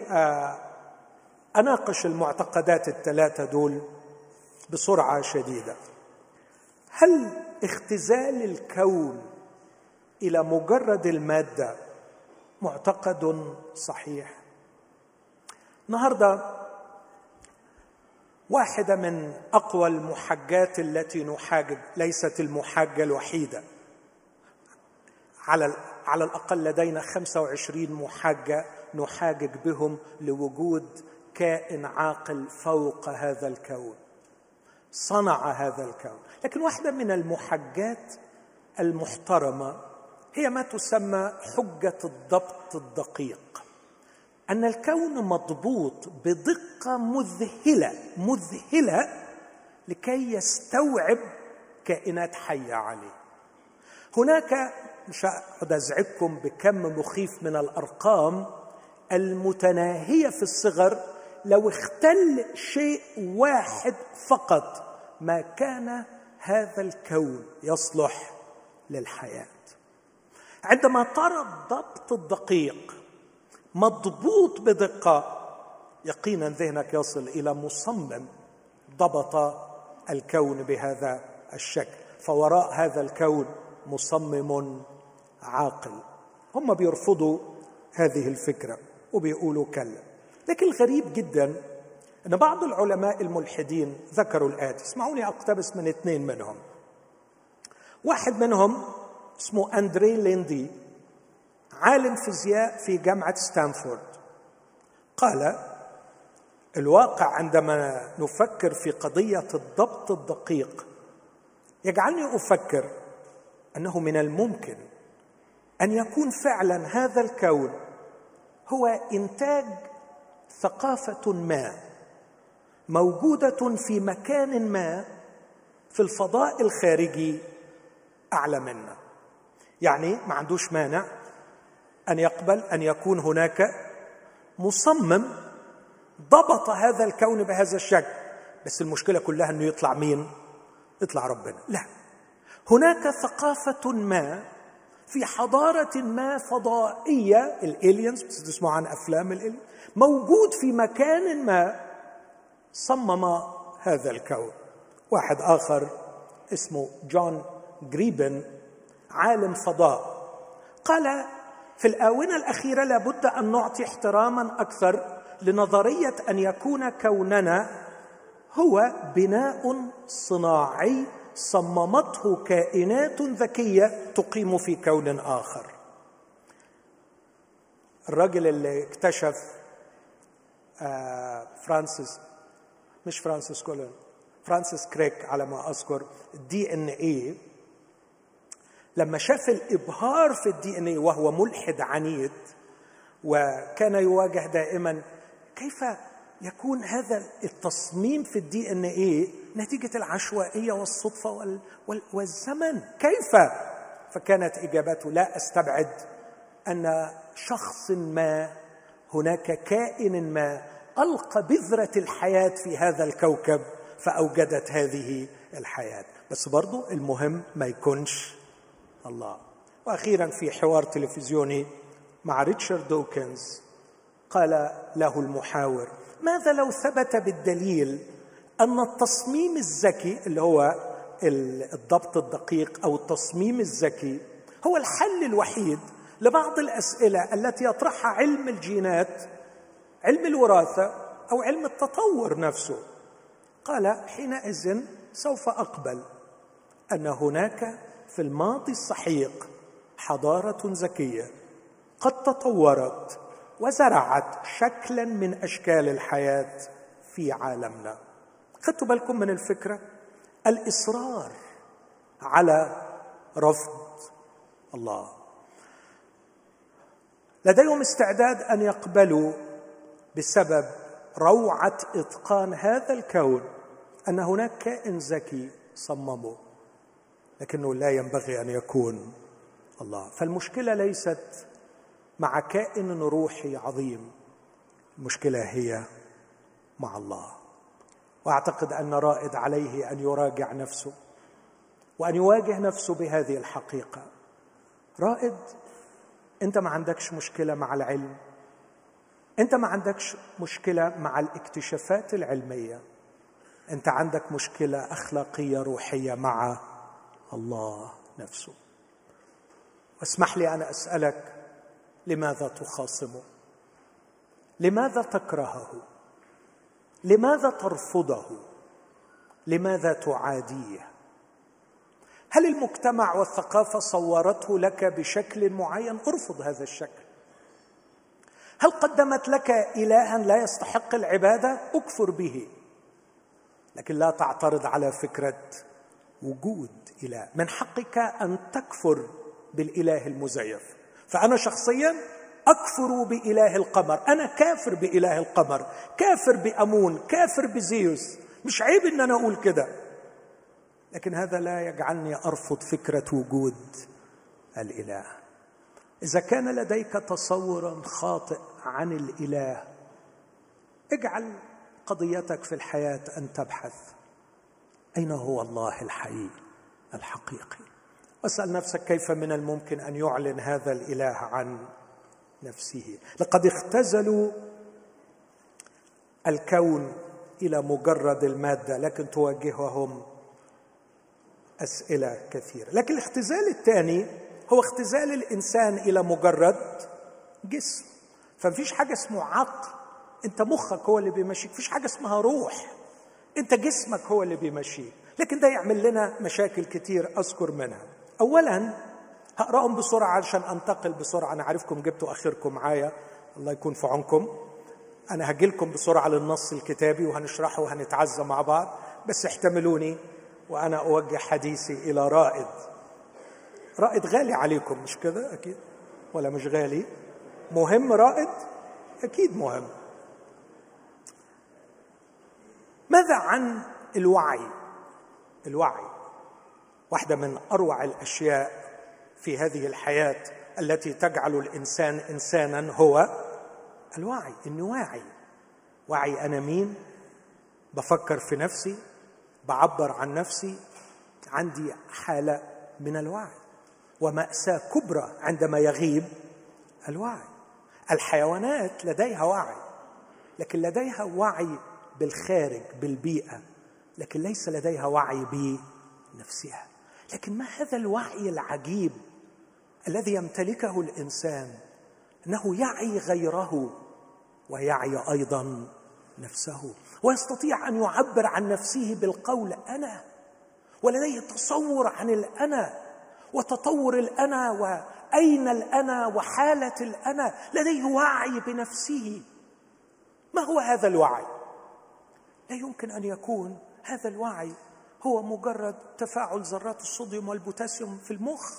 أناقش المعتقدات الثلاثة دول بسرعة شديدة. هل اختزال الكون إلى مجرد المادة معتقد صحيح؟ النهارده واحدة من أقوى المحجات التي نحاجج، ليست المحاجة الوحيدة، على على الأقل لدينا خمسة وعشرين محاجة نحاجج بهم لوجود كائن عاقل فوق هذا الكون صنع هذا الكون. لكن واحدة من المحجات المحترمة هي ما تسمى حجة الضبط الدقيق، أن الكون مضبوط بدقة مذهلة مذهلة لكي يستوعب كائنات حية عليه. هناك، مش هقعد أزعجكم بكم مخيف من الأرقام المتناهية في الصغر، لو اختل شيء واحد فقط ما كان هذا الكون يصلح للحياة. عندما ترى الضبط الدقيق مضبوط بدقة، يقينا ذهنك يصل إلى مصمم ضبط الكون بهذا الشكل، فوراء هذا الكون مصمم عاقل. هم بيرفضوا هذه الفكرة وبيقولوا كلا. لكن الغريب جدا أن بعض العلماء الملحدين ذكروا الآتي، اسمعوني أقتبس من اثنين منهم. واحد منهم اسمه أندري ليندي، عالم فيزياء في جامعة ستانفورد، قال: الواقع عندما نفكر في قضية الضبط الدقيق يجعلني أفكر أنه من الممكن أن يكون فعلا هذا الكون هو إنتاج ثقافة ما موجودة في مكان ما في الفضاء الخارجي أعلى منا. يعني ما عندوش مانع أن يقبل أن يكون هناك مصمم ضبط هذا الكون بهذا الشكل، بس المشكلة كلها أنه يطلع مين؟ يطلع ربنا. لا، هناك ثقافة ما في حضارة ما فضائية، الإلينز، بتسمعوا عن أفلام الإلينز، موجود في مكان ما صمم هذا الكون. واحد آخر اسمه جون جريبن، عالم فضاء، قال: في الآونة الأخيرة لابد أن نعطي احتراما أكثر لنظرية أن يكون كوننا هو بناء صناعي صممته كائنات ذكية تقيم في كون آخر. الرجل اللي اكتشف آه فرانسيس مش فرانسيس كولون فرانسيس كريك على ما أذكر الدي ان ايه، لما شاف الإبهار في الدي ان ايه وهو ملحد عنيد وكان يواجه دائما كيف يكون هذا التصميم في الدي ان ايه نتيجة العشوائية والصدفة وال وال والزمن، كيف؟ فكانت إجابته: لا أستبعد أن شخص ما، هناك كائن ما ألقى بذرة الحياة في هذا الكوكب فأوجدت هذه الحياة، بس برضو المهم ما يكونش الله. وأخيرا في حوار تلفزيوني مع ريتشارد دوكنز قال له المحاور: ماذا لو ثبت بالدليل أن التصميم الذكي اللي هو الضبط الدقيق أو التصميم الذكي هو الحل الوحيد لبعض الأسئلة التي يطرحها علم الجينات، علم الوراثة، أو علم التطور نفسه؟ قال: حينئذ سوف أقبل أن هناك في الماضي السحيق حضارة ذكية قد تطورت وزرعت شكلا من أشكال الحياة في عالمنا. خدتوا بالكم من الفكرة؟ الإصرار على رفض الله. لديهم استعداد أن يقبلوا بسبب روعة إتقان هذا الكون أن هناك كائن ذكي صممه، لكنه لا ينبغي أن يكون الله. فالمشكلة ليست مع كائن روحي عظيم، المشكلة هي مع الله. وأعتقد أن رائد عليه أن يراجع نفسه وأن يواجه نفسه بهذه الحقيقة. رائد، أنت ما عندكش مشكلة مع العلم، أنت ما عندكش مشكلة مع الاكتشافات العلمية، أنت عندك مشكلة أخلاقية روحية مع الله نفسه. واسمح لي أن أسألك: لماذا تخاصمه؟ لماذا تكرهه؟ لماذا ترفضه؟ لماذا تعاديه؟ هل المجتمع والثقافة صورته لك بشكل معين؟ ارفض هذا الشكل. هل قدمت لك إلها لا يستحق العبادة؟ أكفر به، لكن لا تعترض على فكرة وجود إله. من حقك أن تكفر بالإله المزيف. فأنا شخصيا أكفر بإله القمر، أنا كافر بإله القمر، كافر بأمون، كافر بزيوس. مش عيب إن أنا أقول كده، لكن هذا لا يجعلني أرفض فكرة وجود الإله. إذا كان لديك تصور خاطئ عن الإله، اجعل قضيتك في الحياة أن تبحث أين هو الله الحي الحقيقي، واسأل نفسك كيف من الممكن أن يعلن هذا الإله عن نفسه. لقد اختزلوا الكون إلى مجرد المادة، لكن تواجههم أسئلة كثيرة. لكن الاختزال الثاني هو اختزال الإنسان إلى مجرد جسم. فمفيش حاجة اسمه عقل، أنت مخك هو اللي بيمشيك. مفيش حاجة اسمها روح، أنت جسمك هو اللي بيمشيك. لكن ده يعمل لنا مشاكل كتير أذكر منها. أولا هقرأهم بسرعة علشان أنتقل بسرعة. أنا عارفكم جبتوا آخركم معايا، الله يكون في عونكم. أنا هجيلكم بسرعة للنص الكتابي وهنشرحه وهنتعزى مع بعض، بس احتملوني وأنا أوجه حديثي إلى رائد. رائد غالي عليكم مش كده؟ أكيد ولا مش غالي؟ مهم رائد؟ أكيد مهم. ماذا عن الوعي؟ الوعي واحدة من أروع الأشياء في هذه الحياة التي تجعل الإنسان إنسانا، هو الوعي. إني واعي. وعي أنا مين؟ بفكر في نفسي، بعبر عن نفسي، عندي حالة من الوعي. ومأساة كبرى عندما يغيب الوعي. الحيوانات لديها وعي، لكن لديها وعي بالخارج بالبيئة، لكن ليس لديها وعي بنفسها. لكن ما هذا الوعي العجيب الذي يمتلكه الإنسان؟ أنه يعي غيره ويعي أيضا نفسه، ويستطيع أن يعبر عن نفسه بالقول أنا، ولديه تصور عن الأنا وتطور الأنا وأين الأنا وحالة الأنا. لديه وعي بنفسه. ما هو هذا الوعي؟ لا يمكن أن يكون هذا الوعي هو مجرد تفاعل ذرات الصوديوم والبوتاسيوم في المخ.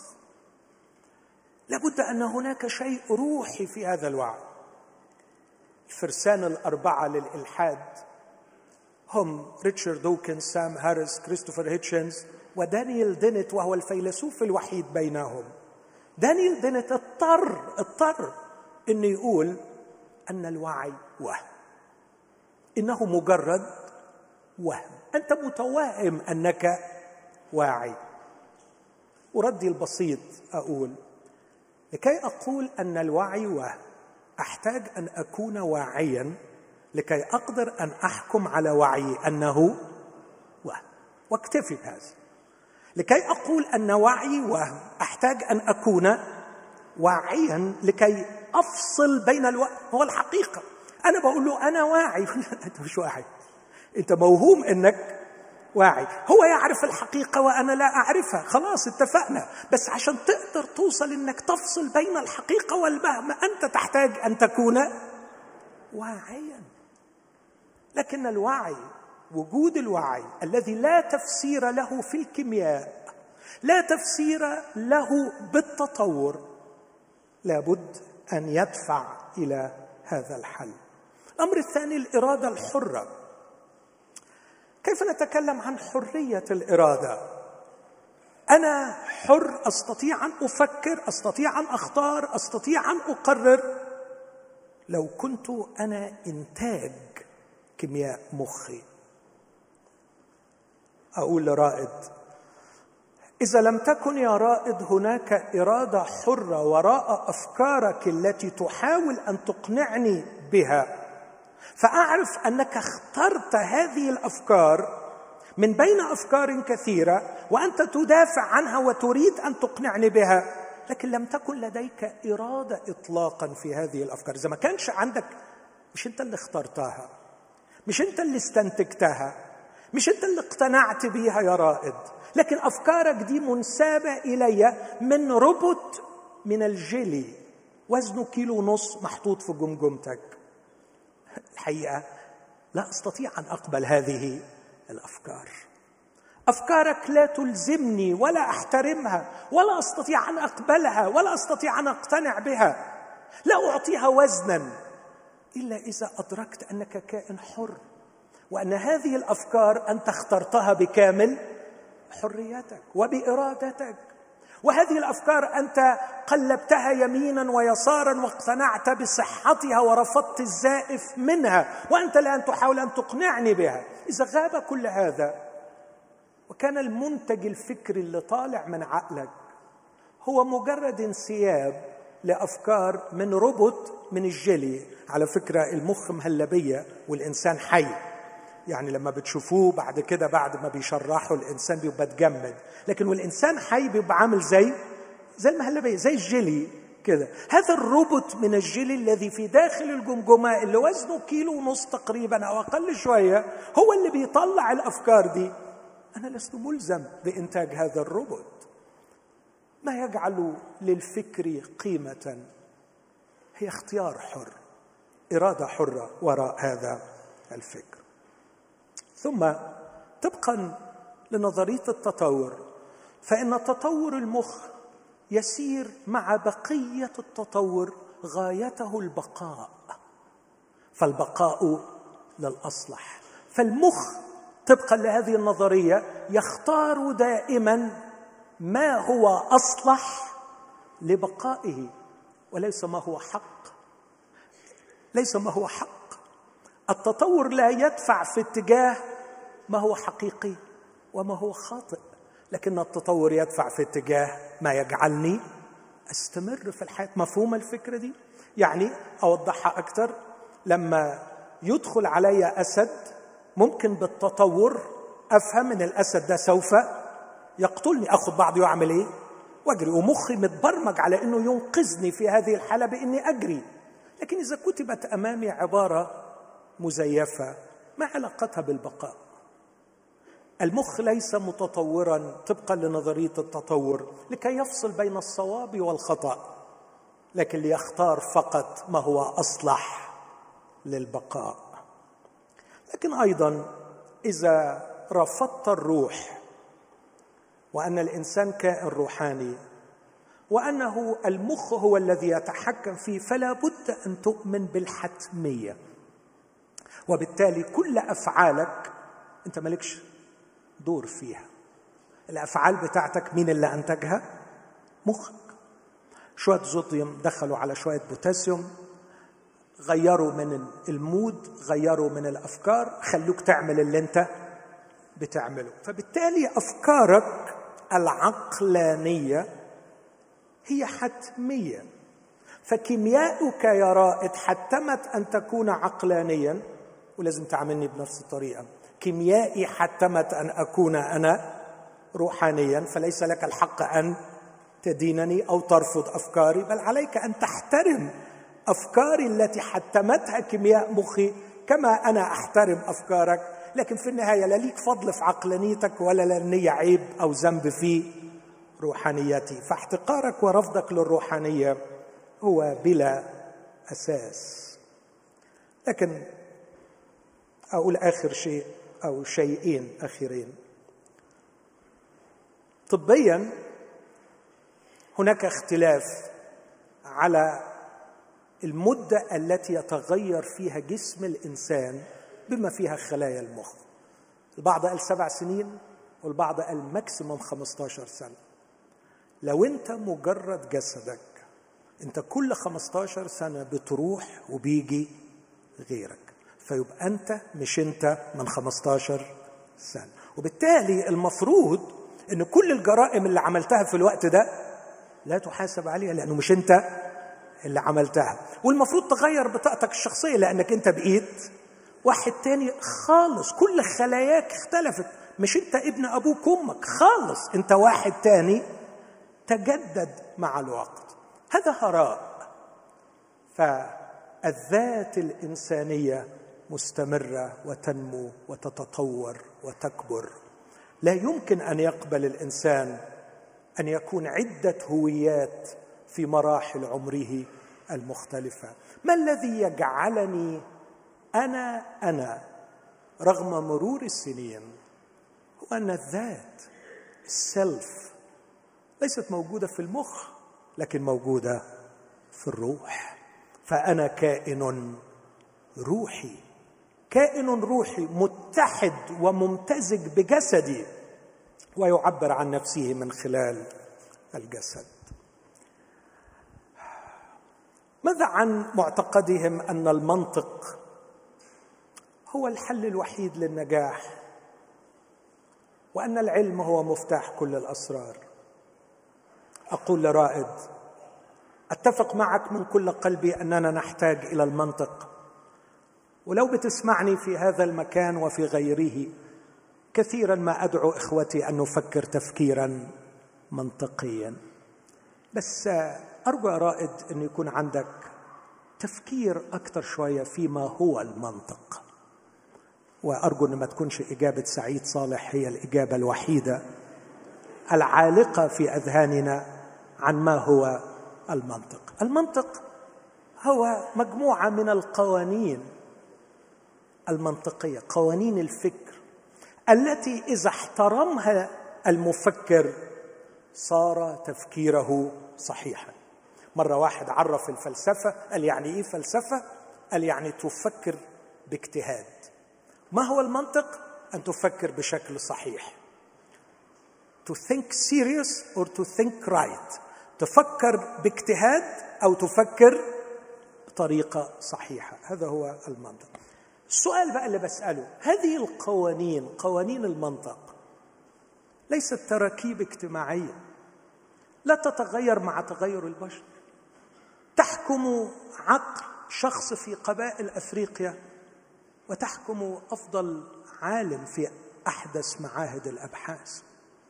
لابد أن هناك شيء روحي في هذا الوعي. الفرسان الأربعة للإلحاد هم ريتشارد دوكنز، سام هاريس، كريستوفر هيتشنز، ودانيال دينيت، وهو الفيلسوف الوحيد بينهم. دانيال دينيت اضطر اضطر إنه يقول أن الوعي وهم، إنه مجرد وهم. أنت متوهم أنك واعي. وردي البسيط أقول: لكي أقول أن الوعي وهم، أحتاج أن أكون واعيا لكي أقدر أن أحكم على وعي أنه وهم، واكتفي بهذا. لكي أقول أن وعي وهم، أحتاج أن أكون واعيا لكي أفصل بين الوهم هو الحقيقة. أنا بقول له أنا واعي، أنت مش واعي، أنت موهوم أنك واعي. هو يعرف الحقيقة وأنا لا أعرفها، خلاص اتفقنا. بس عشان تقدر توصل أنك تفصل بين الحقيقة والوهم، أنت تحتاج أن تكون واعيا. لكن الوعي، وجود الوعي الذي لا تفسير له في الكيمياء، لا تفسير له بالتطور، لابد أن يدفع إلى هذا الحل. الأمر الثاني الإرادة الحرة. كيف نتكلم عن حرية الإرادة؟ أنا حر، أستطيع أن أفكر، أستطيع أن أختار، أستطيع أن أقرر. لو كنت أنا إنتاج كيمياء مخي. أقول لرائد: إذا لم تكن يا رائد هناك إرادة حرة وراء أفكارك التي تحاول أن تقنعني بها، فأعرف أنك اخترت هذه الأفكار من بين أفكار كثيرة وأنت تدافع عنها وتريد أن تقنعني بها، لكن لم تكن لديك إرادة إطلاقا في هذه الأفكار. إذا ما كانش عندك، مش أنت اللي اخترتها، مش أنت اللي استنتجتها، مش أنت اللي اقتنعت بيها يا رائد، لكن أفكارك دي منسابة إلي من ربط من الجيلي، وزنه كيلو ونص محطوط في جمجمتك. الحقيقة لا أستطيع أن أقبل هذه الأفكار. أفكارك لا تلزمني ولا أحترمها ولا أستطيع أن أقبلها ولا أستطيع أن أقتنع بها. لا أعطيها وزنا إلا إذا أدركت أنك كائن حر، وأن هذه الأفكار أنت اخترتها بكامل حريتك وبإرادتك، وهذه الأفكار أنت قلبتها يمينا ويسارا واقتنعت بصحتها ورفضت الزائف منها، وأنت الآن تحاول أن تقنعني بها. إذا غاب كل هذا وكان المنتج الفكري اللي طالع من عقلك هو مجرد انسياب لأفكار من روبوت من الجيلي. على فكرة المخ مهلبية والإنسان حي، يعني لما بتشوفوه بعد كده بعد ما بيشرحوا الإنسان بيبقى تجمد، لكن والإنسان حي بيبقى عامل زي زي المهلبية، زي الجيلي كده. هذا الروبوت من الجيلي الذي في داخل الجمجمة اللي وزنه كيلو ونص تقريبا أو أقل شوية هو اللي بيطلع الأفكار دي. أنا لست ملزم بإنتاج هذا الروبوت. ما يجعل للفكر قيمة هي اختيار حر، إرادة حرة وراء هذا الفكر. ثم طبقا لنظرية التطور، فإن تطور المخ يسير مع بقية التطور غايته البقاء، فالبقاء للأصلح. فالمخ طبقا لهذه النظرية يختار دائما ما هو أصلح لبقائه وليس ما هو حق. ليس ما هو حق. التطور لا يدفع في اتجاه ما هو حقيقي وما هو خاطئ، لكن التطور يدفع في اتجاه ما يجعلني أستمر في الحياة. مفهوم الفكرة دي؟ يعني أوضحها أكثر. لما يدخل علي أسد ممكن بالتطور أفهم أن الأسد ده سوف يقتلني، أخذ بعضي وأعمل إيه؟ وأجري، ومخي متبرمج على أنه ينقذني في هذه الحالة بإني أجري. لكن إذا كتبت أمامي عبارة مزيفة ما علاقتها بالبقاء؟ المخ ليس متطورا طبقا لنظرية التطور لكي يفصل بين الصواب والخطأ، لكن ليختار فقط ما هو أصلح للبقاء. لكن أيضا إذا رفضت الروح وأن الإنسان كائن روحاني وأنه المخ هو الذي يتحكم فيه، فلا بد أن تؤمن بالحتمية، وبالتالي كل أفعالك أنت مالكش دور فيها. الأفعال بتاعتك مين اللي أنتجها؟ مخك. شوية صوديوم دخلوا على شوية بوتاسيوم، غيروا من المود، غيروا من الأفكار، خلوك تعمل اللي أنت بتعمله. فبالتالي أفكارك العقلانية هي حتمية. فكيمياؤك يا رائد حتمت أن تكون عقلانيا، ولازم تعاملني بنفس الطريقة. كيميائي حتمت أن أكون أنا روحانيا، فليس لك الحق أن تدينني أو ترفض أفكاري، بل عليك أن تحترم أفكاري التي حتمتها كيمياء مخي كما أنا أحترم أفكارك. لكن في النهاية لا ليك فضل في عقلانيتك ولا لأني عيب أو ذنب في روحانيتي. فاحتقارك ورفضك للروحانية هو بلا أساس. لكن أقول آخر شيء أو شيئين أخيرين. طبيا هناك اختلاف على المدة التي يتغير فيها جسم الإنسان بما فيها خلايا المخ. البعض قال سبع سنين والبعض قال ماكسيموم خمسة عشر سنة. لو أنت مجرد جسدك، أنت كل خمسة عشر سنة بتروح وبيجي غيرك، فيبقى أنت مش أنت من خمسة عشر سنة. وبالتالي المفروض أن كل الجرائم اللي عملتها في الوقت ده لا تحاسب عليها، لأنه مش أنت اللي عملتها. والمفروض تغير بطاقتك الشخصية لأنك أنت بقيت واحد تاني خالص. كل خلاياك اختلفت، مش أنت ابن أبوك وأمك خالص، أنت واحد تاني تجدد مع الوقت. هذا هراء. فالذات الإنسانية مستمرة وتنمو وتتطور وتكبر. لا يمكن أن يقبل الإنسان أن يكون عدة هويات في مراحل عمره المختلفة. ما الذي يجعلني أنا أنا رغم مرور السنين؟ هو أن الذات، السلف، ليست موجودة في المخ لكن موجودة في الروح. فأنا كائن روحي، كائن روحي متحد وممتزج بجسدي ويعبر عن نفسه من خلال الجسد. ماذا عن معتقدهم أن المنطق هو الحل الوحيد للنجاح، وأن العلم هو مفتاح كل الأسرار؟ أقول لرائد: أتفق معك من كل قلبي أننا نحتاج إلى المنطق، ولو بتسمعني في هذا المكان وفي غيره كثيرا ما أدعو إخوتي أن نفكر تفكيرا منطقيا. بس أرجو يا رائد أن يكون عندك تفكير أكثر شوية فيما هو المنطق، وأرجو أن ما تكونش إجابة سعيد صالح هي الإجابة الوحيدة العالقة في أذهاننا عن ما هو المنطق. المنطق هو مجموعة من القوانين المنطقية، قوانين الفكر التي إذا احترمها المفكر صار تفكيره صحيحا. مرة واحد عرف الفلسفة، قال يعني إيه فلسفة؟ قال يعني تفكر باجتهاد. ما هو المنطق؟ أن تفكر بشكل صحيح. To think serious or to think right. تفكر باجتهاد أو تفكر بطريقة صحيحة. هذا هو المنطق. السؤال بقى اللي بسأله: هذه القوانين، قوانين المنطق، ليست تراكيب اجتماعية لا تتغير مع تغير البشر. تحكم عقل شخص في قبائل أفريقيا وتحكم أفضل عالم في أحدث معاهد الأبحاث.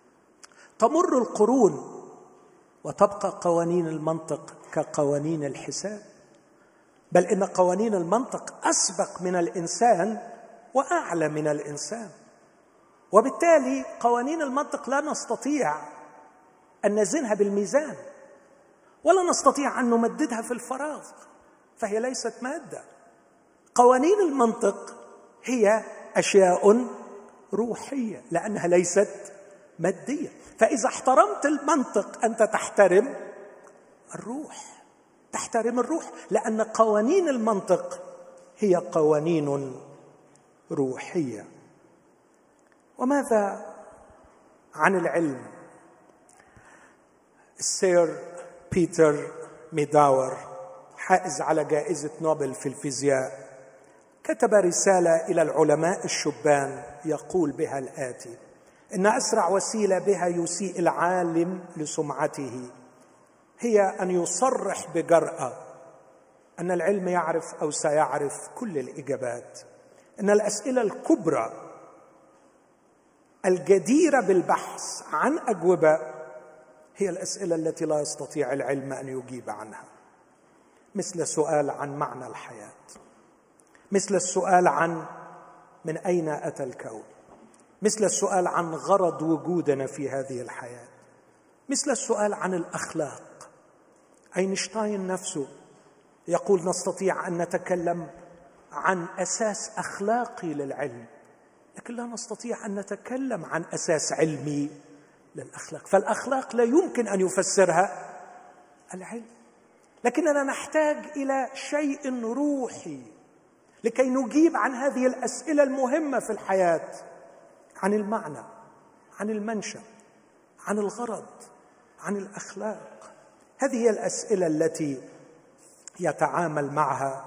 تمر القرون وتبقى قوانين المنطق كقوانين الحساب، بل إن قوانين المنطق أسبق من الإنسان وأعلى من الإنسان. وبالتالي قوانين المنطق لا نستطيع أن نزنها بالميزان، ولا نستطيع أن نمددها في الفراغ، فهي ليست مادة. قوانين المنطق هي أشياء روحية لأنها ليست مادية. فإذا احترمت المنطق أنت تحترم الروح، تحترم الروح، لأن قوانين المنطق هي قوانين روحية. وماذا عن العلم؟ السير بيتر ميداور، حائز على جائزة نوبل في الفيزياء، كتب رسالة إلى العلماء الشبان يقول بها الآتي: إن أسرع وسيلة بها يسيء العالم لسمعته هي أن يصرح بجرأة أن العلم يعرف أو سيعرف كل الإجابات. إن الأسئلة الكبرى الجديرة بالبحث عن أجوبة هي الأسئلة التي لا يستطيع العلم أن يجيب عنها، مثل السؤال عن معنى الحياة، مثل السؤال عن من أين أتى الكون، مثل السؤال عن غرض وجودنا في هذه الحياة، مثل السؤال عن الأخلاق. أينشتاين نفسه يقول نستطيع أن نتكلم عن أساس أخلاقي للعلم، لكن لا نستطيع أن نتكلم عن أساس علمي للأخلاق. فالأخلاق لا يمكن أن يفسرها العلم، لكننا نحتاج إلى شيء روحي لكي نجيب عن هذه الأسئلة المهمة في الحياة، عن المعنى، عن المنشأ، عن الغرض، عن الأخلاق. هذه هي الأسئلة التي يتعامل معها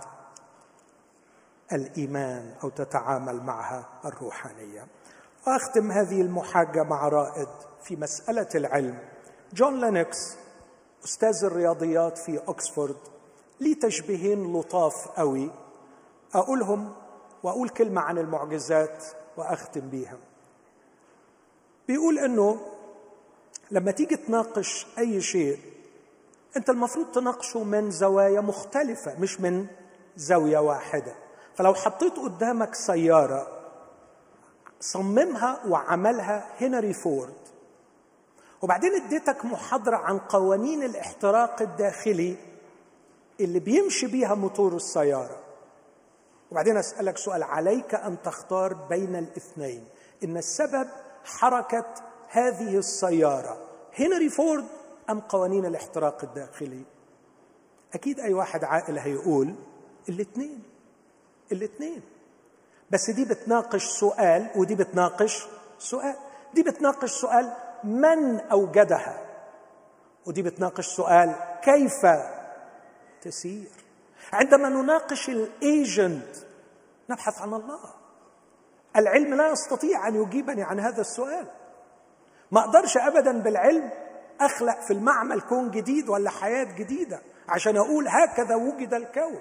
الإيمان أو تتعامل معها الروحانية. وأختم هذه المحاجة مع رائد في مسألة العلم. جون لينكس أستاذ الرياضيات في أكسفورد لي تشبيهين لطاف قوي أقولهم، وأقول كلمة عن المعجزات وأختم بيها. بيقول أنه لما تيجي تناقش أي شيء أنت المفروض تناقشه من زوايا مختلفة مش من زاوية واحدة. فلو حطيت قدامك سيارة صممها وعملها هنري فورد، وبعدين اديتك محاضرة عن قوانين الاحتراق الداخلي اللي بيمشي بيها موتور السيارة. وبعدين أسألك سؤال، عليك أن تختار بين الاثنين، إن السبب حركة هذه السيارة هنري فورد أم قوانين الاحتراق الداخلي؟ أكيد أي واحد عاقل هيقول الاثنين الاثنين، بس دي بتناقش سؤال ودي بتناقش سؤال. دي بتناقش سؤال من أوجدها، ودي بتناقش سؤال كيف تسير. عندما نناقش الايجنت نبحث عن الله. العلم لا يستطيع أن يجيبني عن هذا السؤال. ما أقدرش أبدا بالعلم أخلق في المعمل كون جديد ولا حياة جديدة عشان أقول هكذا وجد الكون.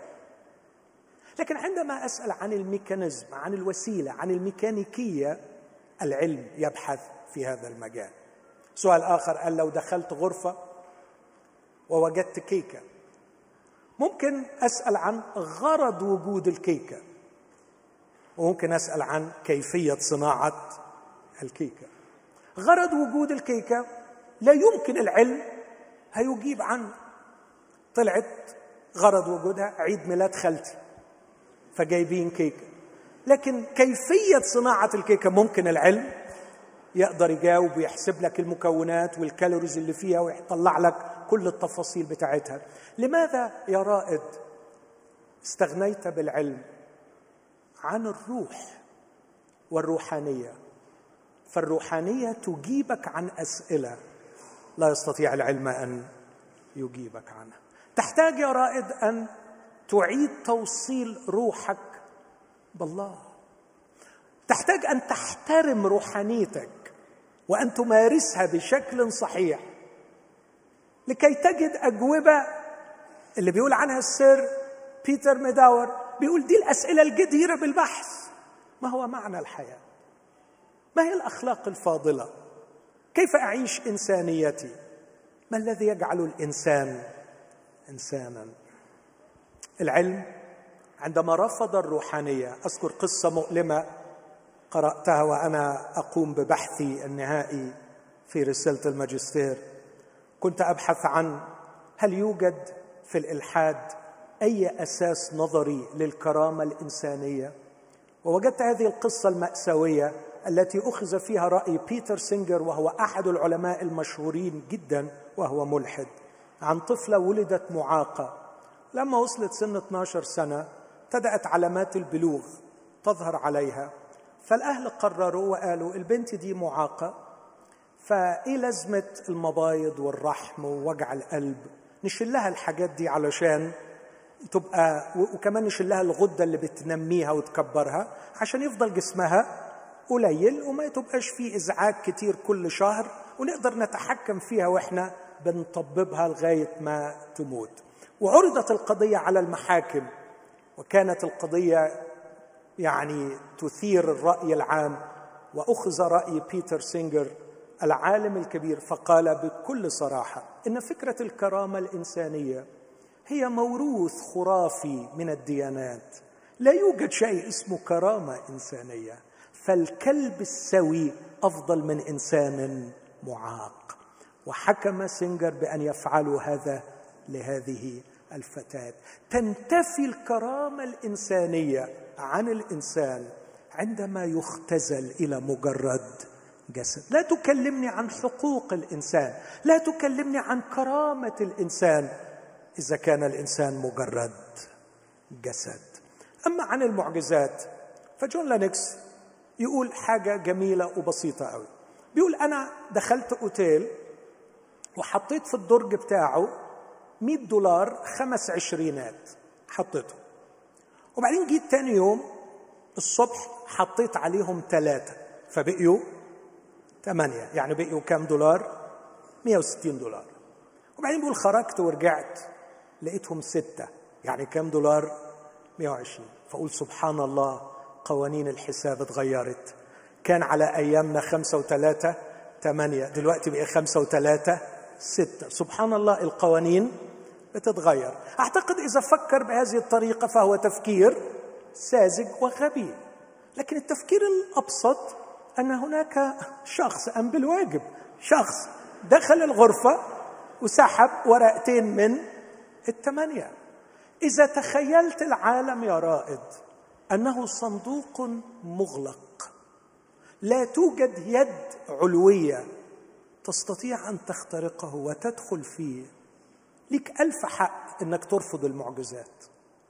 لكن عندما أسأل عن الميكانيزم، عن الوسيلة، عن الميكانيكية، العلم يبحث في هذا المجال. سؤال آخر قال لو دخلت غرفة ووجدت كيكة، ممكن أسأل عن غرض وجود الكيكة، وممكن أسأل عن كيفية صناعة الكيكة. غرض وجود الكيكة لا يمكن العلم هيجيب عنه. طلعت غرض وجودها عيد ميلاد خالتي فجايبين كيكة، لكن كيفية صناعة الكيكة ممكن العلم يقدر يجاوب ويحسب لك المكونات والكالوريز اللي فيها ويطلع لك كل التفاصيل بتاعتها. لماذا يا رائد استغنيت بالعلم عن الروح والروحانية؟ فالروحانية تجيبك عن أسئلة لا يستطيع العلم أن يجيبك عنها. تحتاج يا رائد أن تعيد توصيل روحك بالله. تحتاج أن تحترم روحانيتك وأن تمارسها بشكل صحيح لكي تجد أجوبة. اللي بيقول عنها السير بيتر ميداور بيقول دي الأسئلة الجديرة بالبحث. ما هو معنى الحياة؟ ما هي الأخلاق الفاضلة؟ كيف أعيش إنسانيتي؟ ما الذي يجعل الإنسان إنسانا؟ العلم عندما رفض الروحانية، أذكر قصة مؤلمة قرأتها وأنا أقوم ببحثي النهائي في رسالة الماجستير. كنت أبحث عن هل يوجد في الإلحاد أي أساس نظري للكرامة الإنسانية، ووجدت هذه القصة المأساوية التي أخذ فيها رأي بيتر سينجر، وهو أحد العلماء المشهورين جدا وهو ملحد، عن طفلة ولدت معاقة. لما وصلت سن اثنتي عشرة سنة ابتدأت علامات البلوغ تظهر عليها، فالأهل قرروا وقالوا البنت دي معاقة، فإيه لازمة المبايض والرحم ووجع القلب؟ نشلها الحاجات دي علشان تبقى، وكمان نشلها الغدة اللي بتنميها وتكبرها عشان يفضل جسمها قليل وما تبقاش فيه إزعاج كتير كل شهر، ونقدر نتحكم فيها وإحنا بنطببها لغاية ما تموت. وعرضت القضية على المحاكم، وكانت القضية يعني تثير الرأي العام، وأخذ رأي بيتر سينجر العالم الكبير فقال بكل صراحة إن فكرة الكرامة الإنسانية هي موروث خرافي من الديانات. لا يوجد شيء اسمه كرامة إنسانية، فالكلب السوي أفضل من إنسان معاق. وحكم سينجر بأن يفعلوا هذا لهذه الفتاة. تنتفي الكرامة الإنسانية عن الإنسان عندما يختزل إلى مجرد جسد. لا تكلمني عن حقوق الإنسان، لا تكلمني عن كرامة الإنسان إذا كان الإنسان مجرد جسد. أما عن المعجزات فجون لانكس يقول حاجة جميلة وبسيطة قوي. بيقول أنا دخلت أوتيل وحطيت في الدرج بتاعه مئة دولار خمس عشرينات حطيته، وبعدين جيت تاني يوم الصبح حطيت عليهم ثلاثة فبقيوا ثمانية، يعني بقيوا كام دولار؟ مئة وستين دولار. وبعدين بيقول خرجت ورجعت لقيتهم ستة، يعني كام دولار؟ مئة وعشرين. فأقول سبحان الله، قوانين الحساب اتغيرت. كان على أيامنا خمسة وثلاثة ثمانية، دلوقتي بقى خمسة وثلاثة ستة. سبحان الله، القوانين بتتغير. أعتقد إذا فكر بهذه الطريقة فهو تفكير ساذج وغبي، لكن التفكير الأبسط أن هناك شخص قام بالواجب، شخص دخل الغرفة وسحب ورقتين من الثمانية. إذا تخيلت العالم يا رائد أنه صندوق مغلق، لا توجد يد علوية تستطيع أن تخترقه وتدخل فيه، لك ألف حق أنك ترفض المعجزات.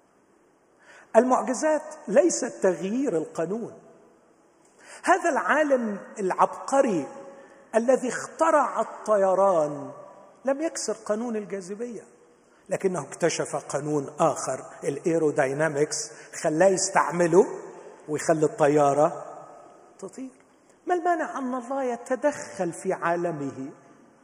المعجزات ليست تغيير القانون. هذا العالم العبقري الذي اخترع الطيران لم يكسر قانون الجاذبية، لكنه اكتشف قانون آخر، الإيروداينامكس، خلاه يستعمله ويخلي الطيارة تطير. ما المانع أن الله يتدخل في عالمه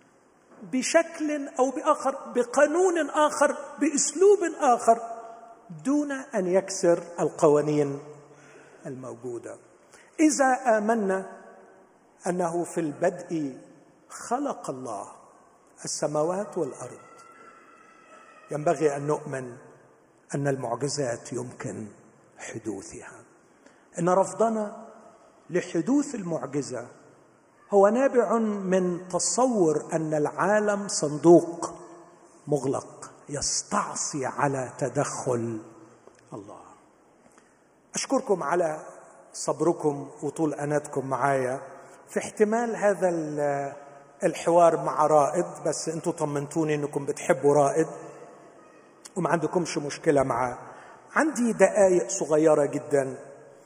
بشكل أو بآخر، بقانون آخر، بأسلوب آخر، دون أن يكسر القوانين الموجودة؟ إذا آمنا أنه في البدء خلق الله السماوات والأرض، ينبغي أن نؤمن أن المعجزات يمكن حدوثها. إن رفضنا لحدوث المعجزة هو نابع من تصور أن العالم صندوق مغلق يستعصي على تدخل الله. أشكركم على صبركم وطول أناتكم معايا في احتمال هذا الحوار مع رائد، بس أنتوا طمنتوني أنكم بتحبوا رائد وما عندكمش مشكلة معاه. عندي دقائق صغيرة جدا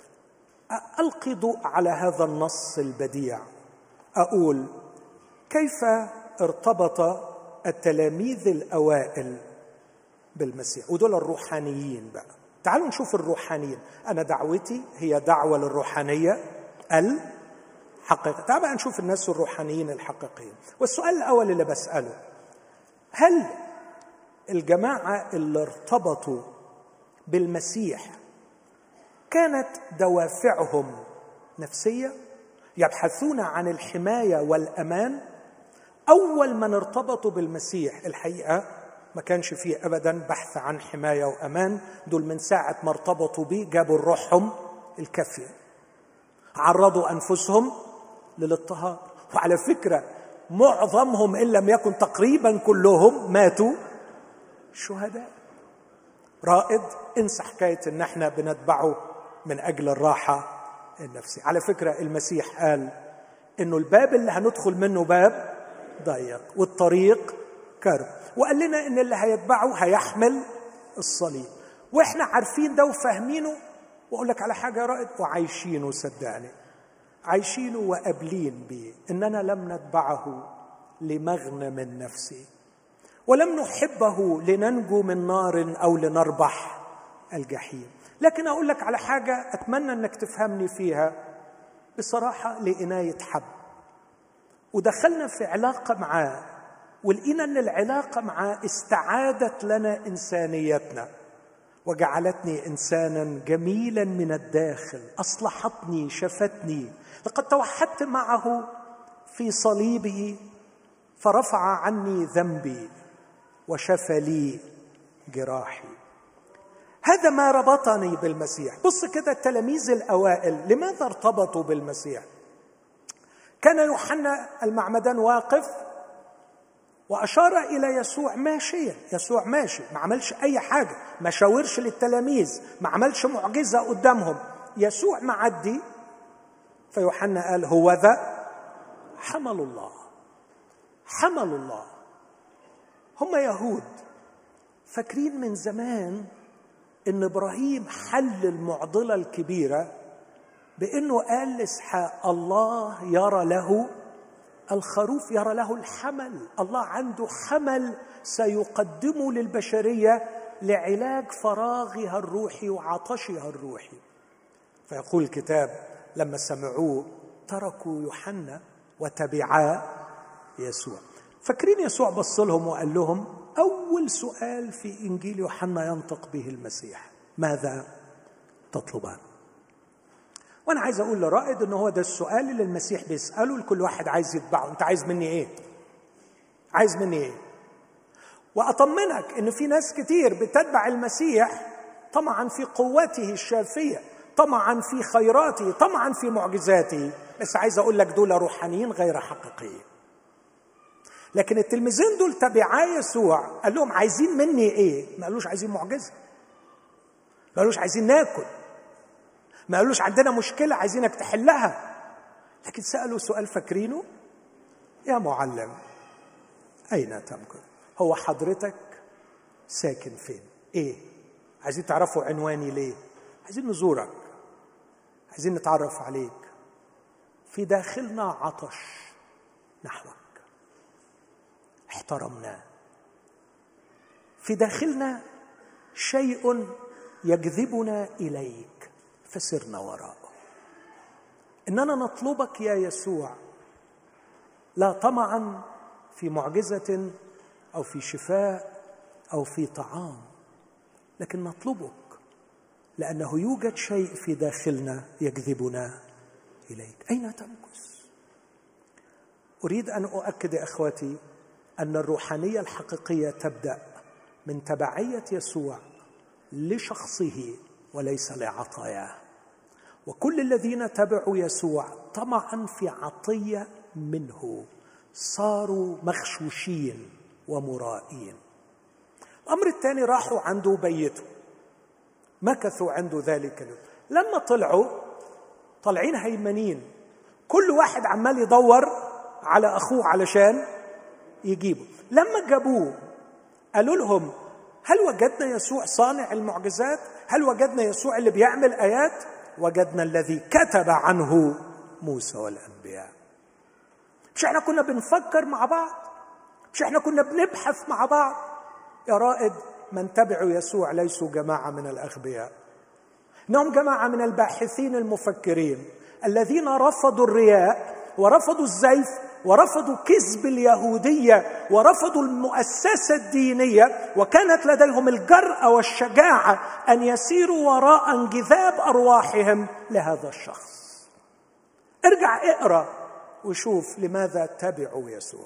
ألقي ضوء على هذا النص البديع، أقول كيف ارتبط التلاميذ الأوائل بالمسيح، ودول الروحانيين. بقى تعالوا نشوف الروحانيين. أنا دعوتي هي دعوة للروحانية الحقيقية. تعالوا بقى نشوف الناس الروحانيين الحقيقيين. والسؤال الأول اللي بسأله، هل الجماعة اللي ارتبطوا بالمسيح كانت دوافعهم نفسية يبحثون عن الحماية والأمان؟ أول من ارتبطوا بالمسيح الحقيقة ما كانش فيه أبدا بحث عن حماية وأمان. دول من ساعة ما ارتبطوا بيه جابوا روحهم الكافية، عرضوا أنفسهم للاضطهاد. وعلى فكرة معظمهم إن لم يكن تقريبا كلهم ماتوا شهداء. رائد انسى حكاية إن احنا بنتبعه من أجل الراحة النفسية. على فكرة المسيح قال إنه الباب اللي هندخل منه باب ضيق والطريق كرب، وقال لنا إن اللي هيتبعه هيحمل الصليب، وإحنا عارفين ده وفاهمينه. وأقول لك على حاجة يا رائد، وعايشينه، صدقني عايشينه وقابلين بيه، إننا لم نتبعه لمغنم نفسي، ولم نحبه لننجو من نار أو لنربح الجحيم. لكن أقول لك على حاجة أتمنى أنك تفهمني فيها بصراحة، لإناية حب، ودخلنا في علاقة معاه ولقينا أن العلاقة معاه استعادت لنا إنسانيتنا وجعلتني إنسانا جميلا من الداخل، أصلحتني، شفتني. لقد توحدت معه في صليبه فرفع عني ذنبي وشفى لي جراحي. هذا ما ربطني بالمسيح. بص كده التلاميذ الأوائل لماذا ارتبطوا بالمسيح؟ كان يوحنا المعمدان واقف وأشار إلى يسوع ماشيا. يسوع ماشي، ما عملش أي حاجة، ما شاورش للتلاميذ، ما عملش معجزة قدامهم. يسوع معدي، فيوحنا قال هو ذا حمل الله. حمل الله. هم يهود فاكرين من زمان إن إبراهيم حل المعضلة الكبيرة بأنه قال لإسحاق الله يرى له الخروف، يرى له الحمل. الله عنده حمل سيقدمه للبشرية لعلاج فراغها الروحي وعطشها الروحي. فيقول الكتاب لما سمعوه تركوا يوحنا وتبعا يسوع. فاكرين يسوع بص لهم وقال لهم أول سؤال في إنجيل يوحنا ينطق به المسيح، ماذا تطلبان؟ وأنا عايز أقول لرائد إنه هو ده السؤال اللي المسيح بيسأله لكل واحد عايز يتبعه. أنت عايز مني إيه؟ عايز مني إيه؟ وأطمنك إن في ناس كتير بتتبع المسيح طمعا في قوته الشافية، طمعا في خيراته، طمعا في معجزاته. بس عايز أقول لك دول روحانيين غير حقيقيين. لكن التلميذين دول تبعا يسوع قال لهم عايزين مني إيه؟ ما قالوش عايزين معجزة، ما قالوش عايزين ناكل، ما قالوش عندنا مشكلة عايزينك تحلها، لكن سألوا سؤال فاكرينه؟ يا معلم أين تمكث؟ هو حضرتك ساكن فين؟ إيه؟ عايزين تعرفوا عنواني ليه؟ عايزين نزورك، عايزين نتعرف عليك. في داخلنا عطش نحوك، احترمناه. في داخلنا شيء يجذبنا إليك فسرنا وراءه. إننا نطلبك يا يسوع لا طمعا في معجزة أو في شفاء أو في طعام، لكن نطلبك لأنه يوجد شيء في داخلنا يجذبنا إليك. أين تمكث؟ أريد أن أؤكد يا أخواتي أن الروحانية الحقيقية تبدأ من تبعية يسوع لشخصه وليس لعطاياه. وكل الذين تبعوا يسوع طمعا في عطية منه صاروا مغشوشين ومرائين. الأمر الثاني، راحوا عنده بيته، مكثوا عنده ذلك اليوم. لما طلعوا طالعين هيمنين، كل واحد عمال يدور على أخوه علشان يجيبه. لما جابوه قالوا لهم هل وجدنا يسوع صانع المعجزات؟ هل وجدنا يسوع اللي بيعمل آيات؟ وجدنا الذي كتب عنه موسى والأنبياء. مش احنا كنا بنفكر مع بعض؟ مش احنا كنا بنبحث مع بعض؟ يا رائد، من تبعوا يسوع ليسوا جماعة من الأغبياء، إنهم جماعة من الباحثين المفكرين الذين رفضوا الرياء ورفضوا الزيف ورفضوا كذب اليهودية ورفضوا المؤسسة الدينية، وكانت لديهم الجرأة والشجاعة أن يسيروا وراء انجذاب أرواحهم لهذا الشخص. ارجع اقرأ وشوف لماذا تبعوا يسوع.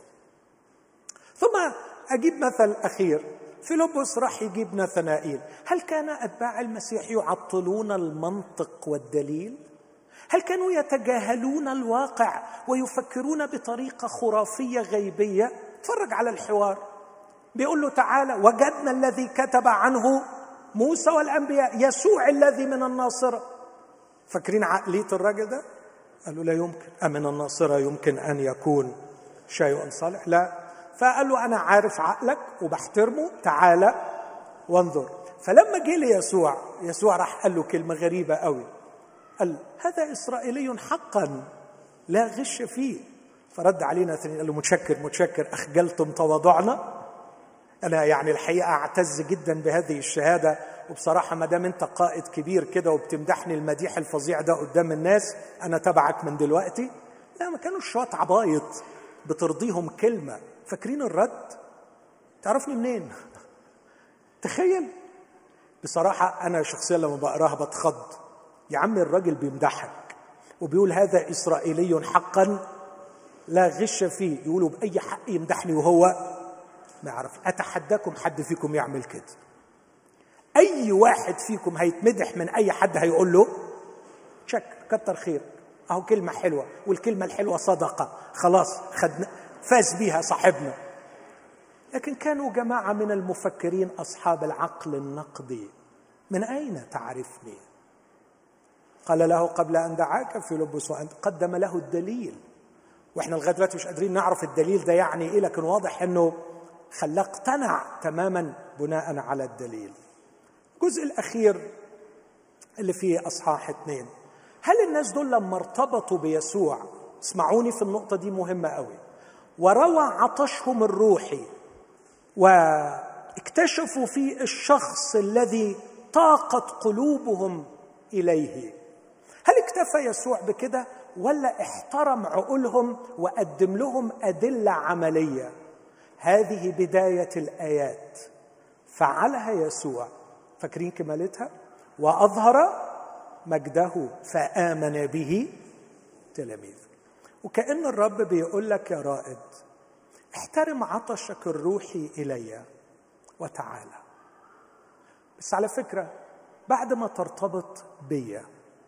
ثم أجيب مثل أخير، فيلبس راح يجيب نثنائيل. هل كان أتباع المسيح يعطلون المنطق والدليل؟ هل كانوا يتجاهلون الواقع ويفكرون بطريقة خرافية غيبية؟ تفرج على الحوار، بيقول له تعالى وجدنا الذي كتب عنه موسى والأنبياء، يسوع الذي من الناصرة. فاكرين عقلية الراجل ده؟ قالوا لا يمكن، أمن الناصرة يمكن أن يكون شيء صالح؟ لا. فقال له أنا عارف عقلك وبحترمه، تعالى وانظر. فلما جه ليسوع، يسوع راح قال له كلمة غريبة قوي، قال هذا إسرائيلي حقا لا غش فيه. فرد علينا اثنين قال له متشكر متشكر، أخجلتم تواضعنا. أنا يعني الحقيقة أعتز جدا بهذه الشهادة، وبصراحة ما دام أنت قائد كبير كده وبتمدحني المديح الفظيع ده قدام الناس، أنا تبعك من دلوقتي. لا، ما كانوا شوية عبايط بترضيهم كلمة. فاكرين الرد؟ تعرفني منين؟ تخيل. بصراحة أنا شخصيا لما بقراها بتخض. يا عم الراجل بيمدحك وبيقول هذا إسرائيلي حقا لا غش فيه، يقولوا بأي حق يمدحني وهو ما يعرف. أتحداكم حد فيكم يعمل كده. أي واحد فيكم هيتمدح من أي حد هيقول له شك كتر خير، أهو كلمة حلوة، والكلمة الحلوة صدقة، خلاص خدنا فاز بيها صاحبنا. لكن كانوا جماعة من المفكرين أصحاب العقل النقدي. من أين تعرفني؟ قال له قبل أن دعاك فيلبس، وأن قدم له الدليل. وإحنا لغاية دلوقتي مش قادرين نعرف الدليل ده يعني إيه، لكن واضح أنه خلاه اقتنع تماما بناء على الدليل. الجزء الأخير اللي فيه أصحاح اثنين، هل الناس دول لما ارتبطوا بيسوع، اسمعوني في النقطة دي مهمة قوي، وروى عطشهم الروحي واكتشفوا فيه الشخص الذي طاقت قلوبهم إليه، هل اكتفى يسوع بكده ولا احترم عقولهم وقدم لهم أدلة عملية؟ هذه بداية الآيات فعلها يسوع، فاكرين كمالتها؟ وأظهر مجده فآمن به تلاميذ. وكأن الرب بيقول لك يا رائد، احترم عطشك الروحي إلي وتعالى. بس على فكرة بعد ما ترتبط بي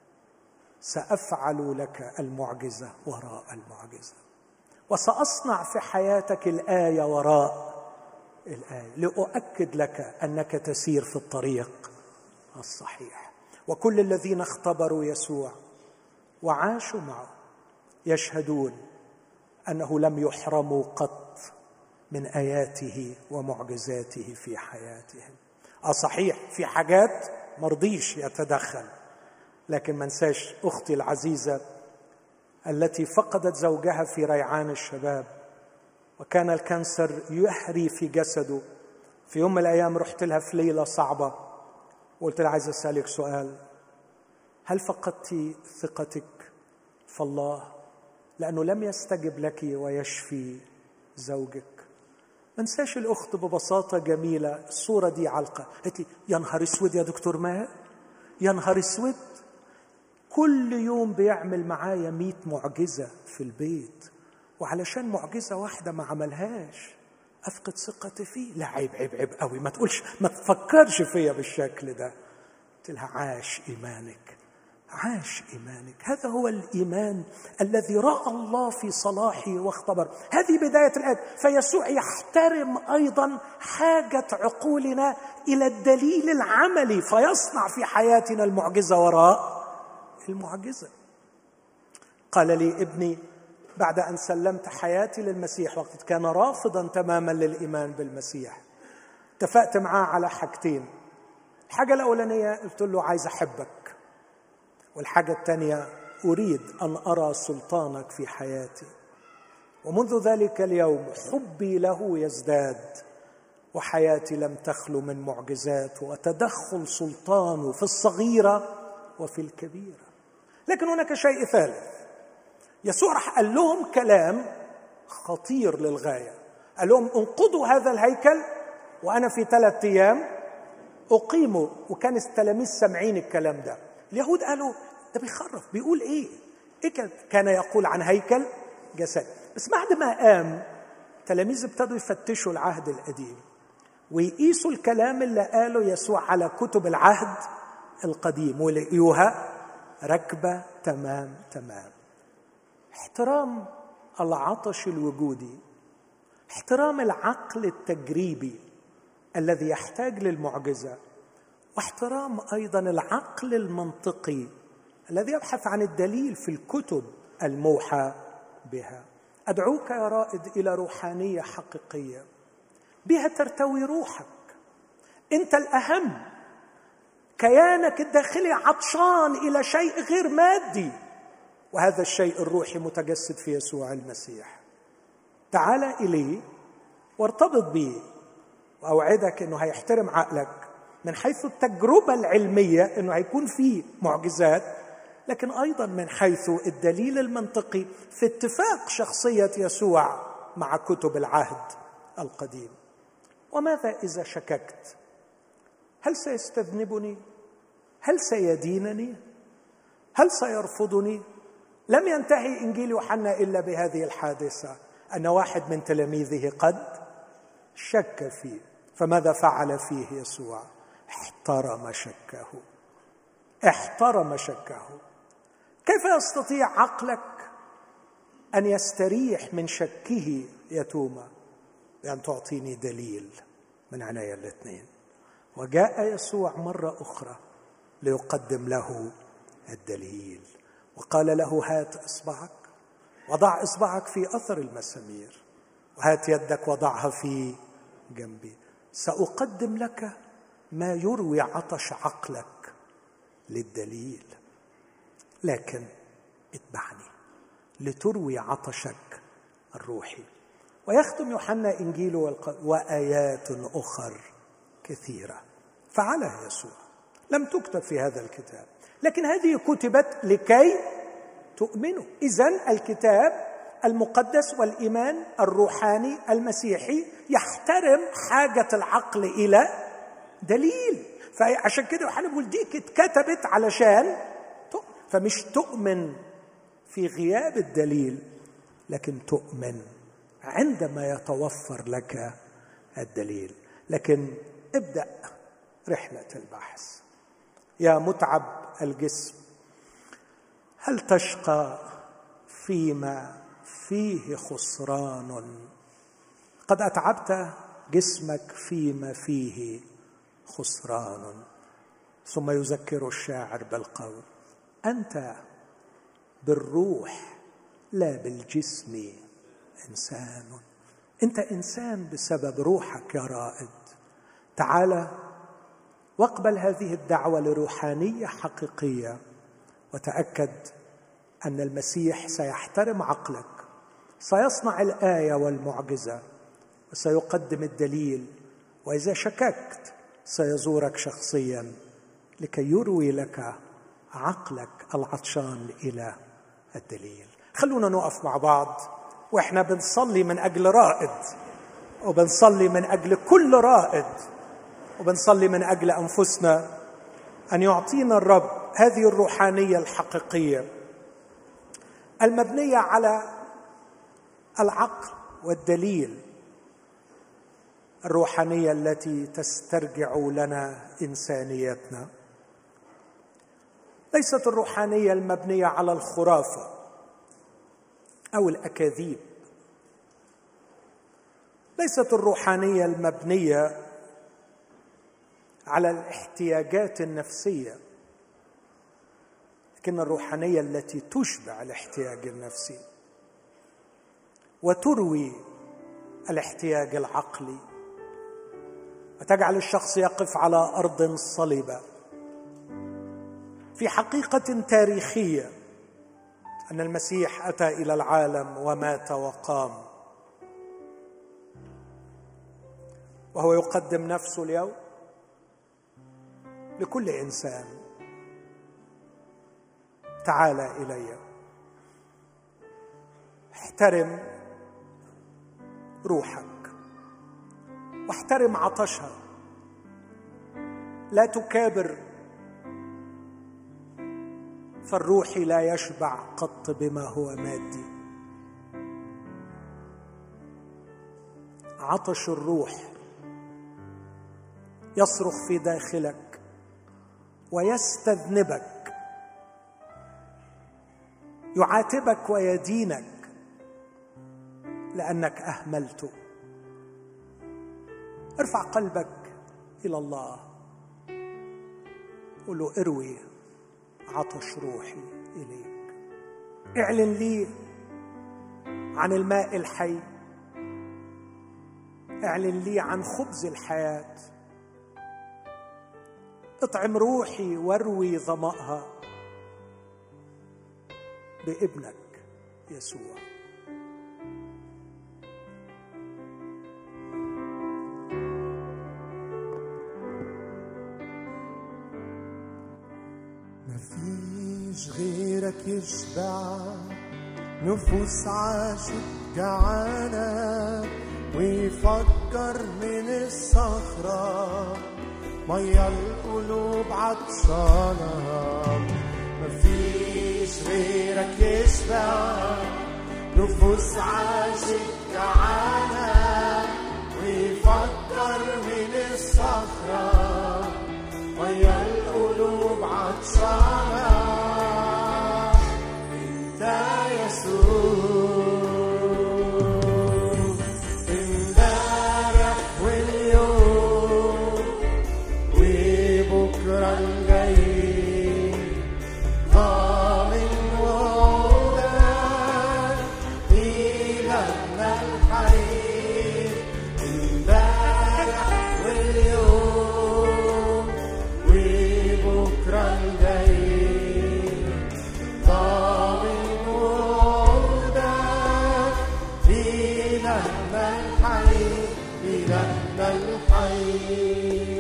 سأفعل لك المعجزة وراء المعجزة، وسأصنع في حياتك الآية وراء الآية، لأؤكد لك أنك تسير في الطريق الصحيح. وكل الذين اختبروا يسوع وعاشوا معه يشهدون أنه لم يحرموا قط من آياته ومعجزاته في حياتهم. آه صحيح في حاجات مرضيش يتدخل، لكن ما ننساش أختي العزيزة التي فقدت زوجها في ريعان الشباب وكان الكانسر يحري في جسده. في يوم من الأيام رحت لها في ليلة صعبة وقلت لها عايز أسألك سؤال، هل فقدت ثقتك في الله لأنه لم يستجب لك ويشفي زوجك؟ ما ننساش الأخت ببساطة جميلة الصورة دي علقة، قالت لي يا نهار اسود يا دكتور ماهر، يا نهار اسود، كل يوم بيعمل معايا مئة معجزة في البيت، وعلشان معجزة واحدة ما عملهاش أفقد ثقتي فيه؟ لا عيب عيب عيب قوي، ما تقولش ما تفكرش فيا بالشكل ده. قلت لها عاش إيمانك، عاش إيمانك. هذا هو الإيمان الذي رأى الله في صلاحه واختبر. هذه بداية الآية. فيسوع يحترم أيضا حاجة عقولنا إلى الدليل العملي فيصنع في حياتنا المعجزة وراء المعجزة. قال لي ابني بعد أن سلمت حياتي للمسيح وقت كان رافضا تماما للإيمان بالمسيح، اتفقت معاه على حاجتين. الحاجة الأولانية قلت له عايز أحبك، والحاجة الثانية أريد أن أرى سلطانك في حياتي. ومنذ ذلك اليوم حبي له يزداد، وحياتي لم تخلو من معجزات وتدخل سلطانه في الصغيرة وفي الكبيرة. لكن هناك شيء ثالث. يسوع راح قال لهم كلام خطير للغاية، قال لهم انقضوا هذا الهيكل وأنا في ثلاثة أيام أقيمه. وكان التلاميذ سامعين الكلام ده. اليهود قالوا ده بيخرف، بيقول إيه؟ إيه كان يقول عن هيكل جسد؟ بس بعد ما قام التلاميذ ابتدوا يفتشوا العهد القديم ويقيسوا الكلام اللي قاله يسوع على كتب العهد القديم ولقيوها ركبة تمام تمام. احترام العطش الوجودي، احترام العقل التجريبي الذي يحتاج للمعجزة، واحترام أيضا العقل المنطقي الذي يبحث عن الدليل في الكتب الموحى بها. أدعوك يا رائد إلى روحانية حقيقية بها ترتوي روحك. أنت الأهم، كيانك الداخلي عطشان إلى شيء غير مادي، وهذا الشيء الروحي متجسد في يسوع المسيح. تعال إليه وارتبط به، وأوعدك أنه هيحترم عقلك من حيث التجربة العلمية أنه هيكون فيه معجزات، لكن أيضا من حيث الدليل المنطقي في اتفاق شخصية يسوع مع كتب العهد القديم. وماذا إذا شككت؟ هل سيستذنبني؟ هل سيدينني؟ هل سيرفضني؟ لم ينتهي إنجيل يوحنا إلا بهذه الحادثة، أن واحد من تلاميذه قد شك فيه. فماذا فعل فيه يسوع؟ احترم شكه، احترم شكه. كيف يستطيع عقلك أن يستريح من شكه يا توما؟ بأن تعطيني دليل من عناية الاثنين. وجاء يسوع مرة أخرى ليقدم له الدليل، وقال له هات إصبعك وضع إصبعك في أثر المسامير، وهات يدك وضعها في جنبي، سأقدم لك ما يروي عطش عقلك للدليل، لكن اتبعني لتروي عطشك الروحي. ويختم يوحنا إنجيله والق... وآيات أخر كثيرة فعلها يسوع لم تكتب في هذا الكتاب، لكن هذه كتبت لكي تؤمنوا. إذن الكتاب المقدس والإيمان الروحاني المسيحي يحترم حاجة العقل إلى دليل. فعشان كده يوحنا بيقول ديك اتكتبت علشان تؤمن. فمش تؤمن في غياب الدليل، لكن تؤمن عندما يتوفر لك الدليل. لكن ابدأ رحلة البحث. يا متعب الجسم، هل تشقى فيما فيه خسران؟ قد أتعبت جسمك فيما فيه خسران. ثم يذكر الشاعر بالقول: أنت بالروح لا بالجسم إنسان. أنت إنسان بسبب روحك يا رائد. تعال واقبل هذه الدعوة لروحانية حقيقية، وتأكد أن المسيح سيحترم عقلك، سيصنع الآية والمعجزة، وسيقدم الدليل، وإذا شككت سيزورك شخصيا لكي يروي لك عقلك العطشان إلى الدليل. خلونا نقف مع بعض وإحنا بنصلي من أجل رائد، وبنصلي من أجل كل رائد، وبنصلي من أجل أنفسنا، أن يعطينا الرب هذه الروحانية الحقيقية المبنية على العقل والدليل، الروحانية التي تسترجع لنا إنسانيتنا. ليست الروحانية المبنية على الخرافة أو الأكاذيب، ليست الروحانية المبنية على الاحتياجات النفسية، لكن الروحانية التي تشبع الاحتياج النفسي وتروي الاحتياج العقلي، وتجعل الشخص يقف على أرض صلبة في حقيقة تاريخية، أن المسيح أتى إلى العالم ومات وقام، وهو يقدم نفسه اليوم لكل إنسان: تعال إلي، احترم روحك واحترم عطشها، لا تكابر، فالروح لا يشبع قط بما هو مادي. عطش الروح يصرخ في داخلك ويستذنبك، يعاتبك ويدينك لأنك أهملته. ارفع قلبك إلى الله، قل له: اروي عطش روحي إليك، اعلن لي عن الماء الحي، اعلن لي عن خبز الحياة، اطعم روحي واروي ظمأها بابنك يسوع.
مفيش غيرك يشبع نفوس عاشت جعانة، ويفكر من الصخرة مية القلوب عطشانة. مفيش غيرك يشبع نفوس عاشت جعانة، ويفكر من الصخرة مية القلوب عطشانة. انت يسوع، امبارح واليوم وبكرة الجاي، ضامن وعودك إلهنا الحي. امبارح واليوم وبكرة الجاي، ضامن وعودك إلهنا الحي، إلهنا الحي.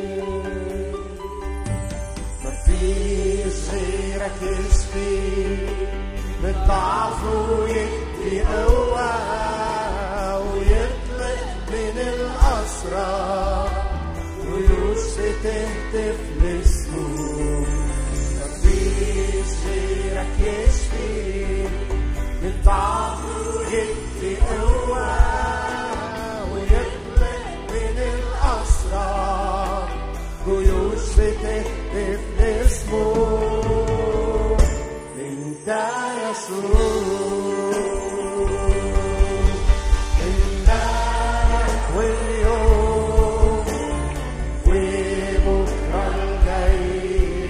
مفيش غيرك يشفي من ضعف ويدي قوة، ويطلق من الأسرى ويوش تهتف لاسمه. مفيش غيرك يشفي من ضعف ويدي قوة، ويطلق من الأسرى جيوش بتهتف لاسمه. انت يسوع، امبارح واليوم وبكرة الجاي،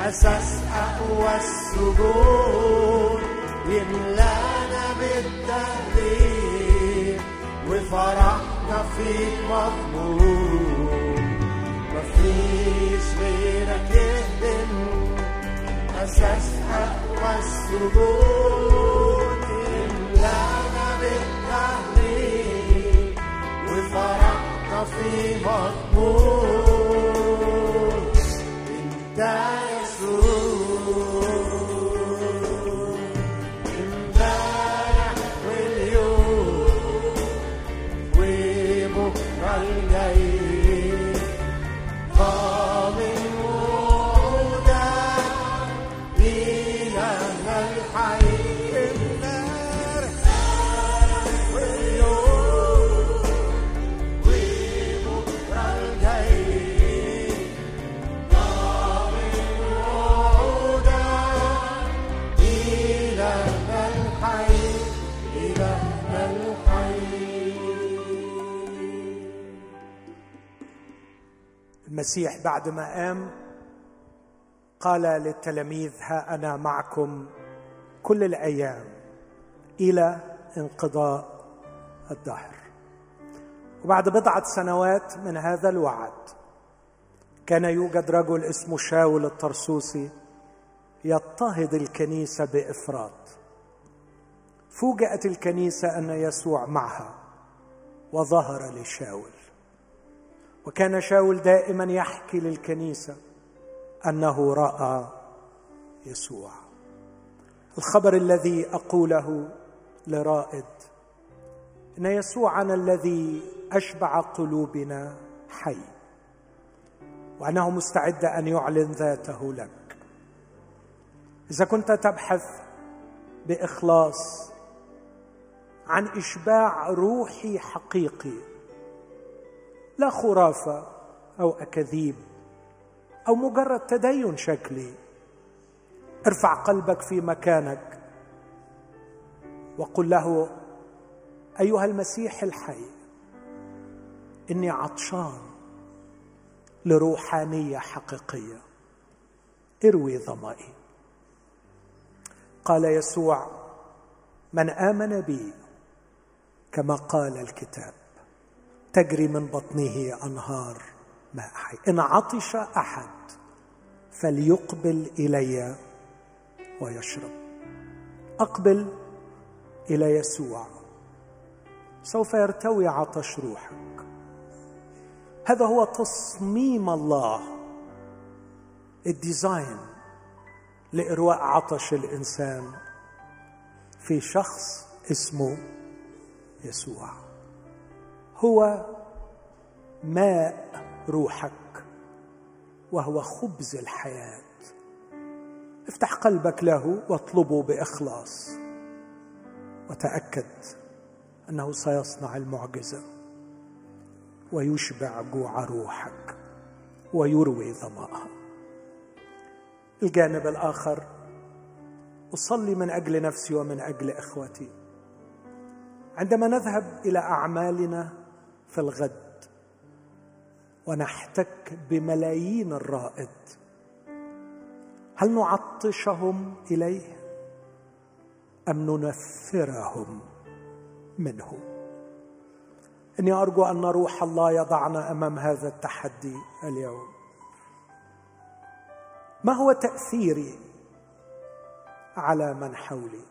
أساس أقوى السجود يملانا بالتهليل وفرحنا فيك مضمون مفيش غيرك يهدم أساس أقوى السجود يملانا بالتهليل وفرحنا فيك مضمون انت
المسيح بعد ما قام قال للتلاميذ: ها أنا معكم كل الأيام إلى انقضاء الدهر. وبعد بضعة سنوات من هذا الوعد كان يوجد رجل اسمه شاول الطرسوسي يضطهد الكنيسة بإفراط. فوجئت الكنيسة أن يسوع معها وظهر لشاول، وكان شاول دائما يحكي للكنيسة أنه رأى يسوع. الخبر الذي أقوله لرائد إن يسوعنا الذي أشبع قلوبنا حي، وأنه مستعد أن يعلن ذاته لك. إذا كنت تبحث بإخلاص عن إشباع روحي حقيقي، لا خرافة أو أكاذيب أو مجرد تدين شكلي، ارفع قلبك في مكانك وقل له: أيها المسيح الحي، إني عطشان لروحانية حقيقية، اروي ظمائي. قال يسوع: من آمن بي كما قال الكتاب تجري من بطنه أنهار ماء حي. إن عطش أحد فليقبل إلي ويشرب. أقبل إلى يسوع سوف يرتوي عطش روحك. هذا هو تصميم الله، الديزاين لإرواء عطش الإنسان في شخص اسمه يسوع. هو ماء روحك وهو خبز الحياة. افتح قلبك له واطلبه بإخلاص، وتأكد أنه سيصنع المعجزة ويشبع جوع روحك ويروي ظمأها. الجانب الآخر، أصلي من أجل نفسي ومن أجل إخوتي. عندما نذهب إلى أعمالنا في الغد ونحتك بملايين الرائد، هل نعطشهم إليه أم ننفرهم منه؟ إني أرجو أن روح الله يضعنا أمام هذا التحدي اليوم. ما هو تأثيري على من حولي؟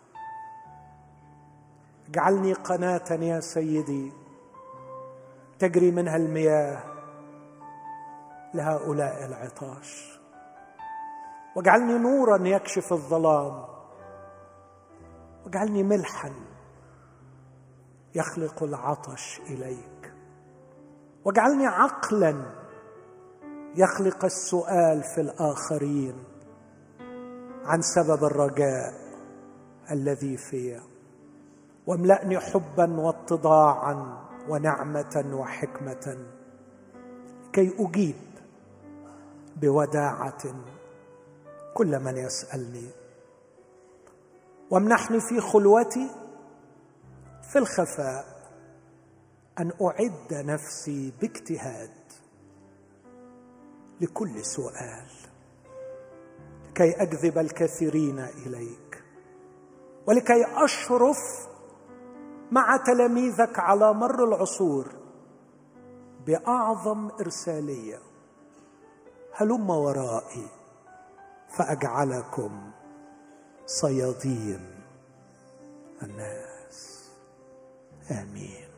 اجعلني قناة يا سيدي تجري منها المياه لهؤلاء العطاش، واجعلني نورا يكشف الظلام، واجعلني ملحا يخلق العطش إليك، واجعلني عقلا يخلق السؤال في الآخرين عن سبب الرجاء الذي فيه، واملأني حبا واتضاعا ونعمة وحكمة كي أجيب بوداعة كل من يسألني، وامنحني في خلوتي في الخفاء أن أعد نفسي باجتهاد لكل سؤال، كي أجذب الكثيرين إليك، ولكي أشرف مع تلاميذك على مر العصور بأعظم إرسالية: هلم ورائي فأجعلكم صيادين الناس. آمين.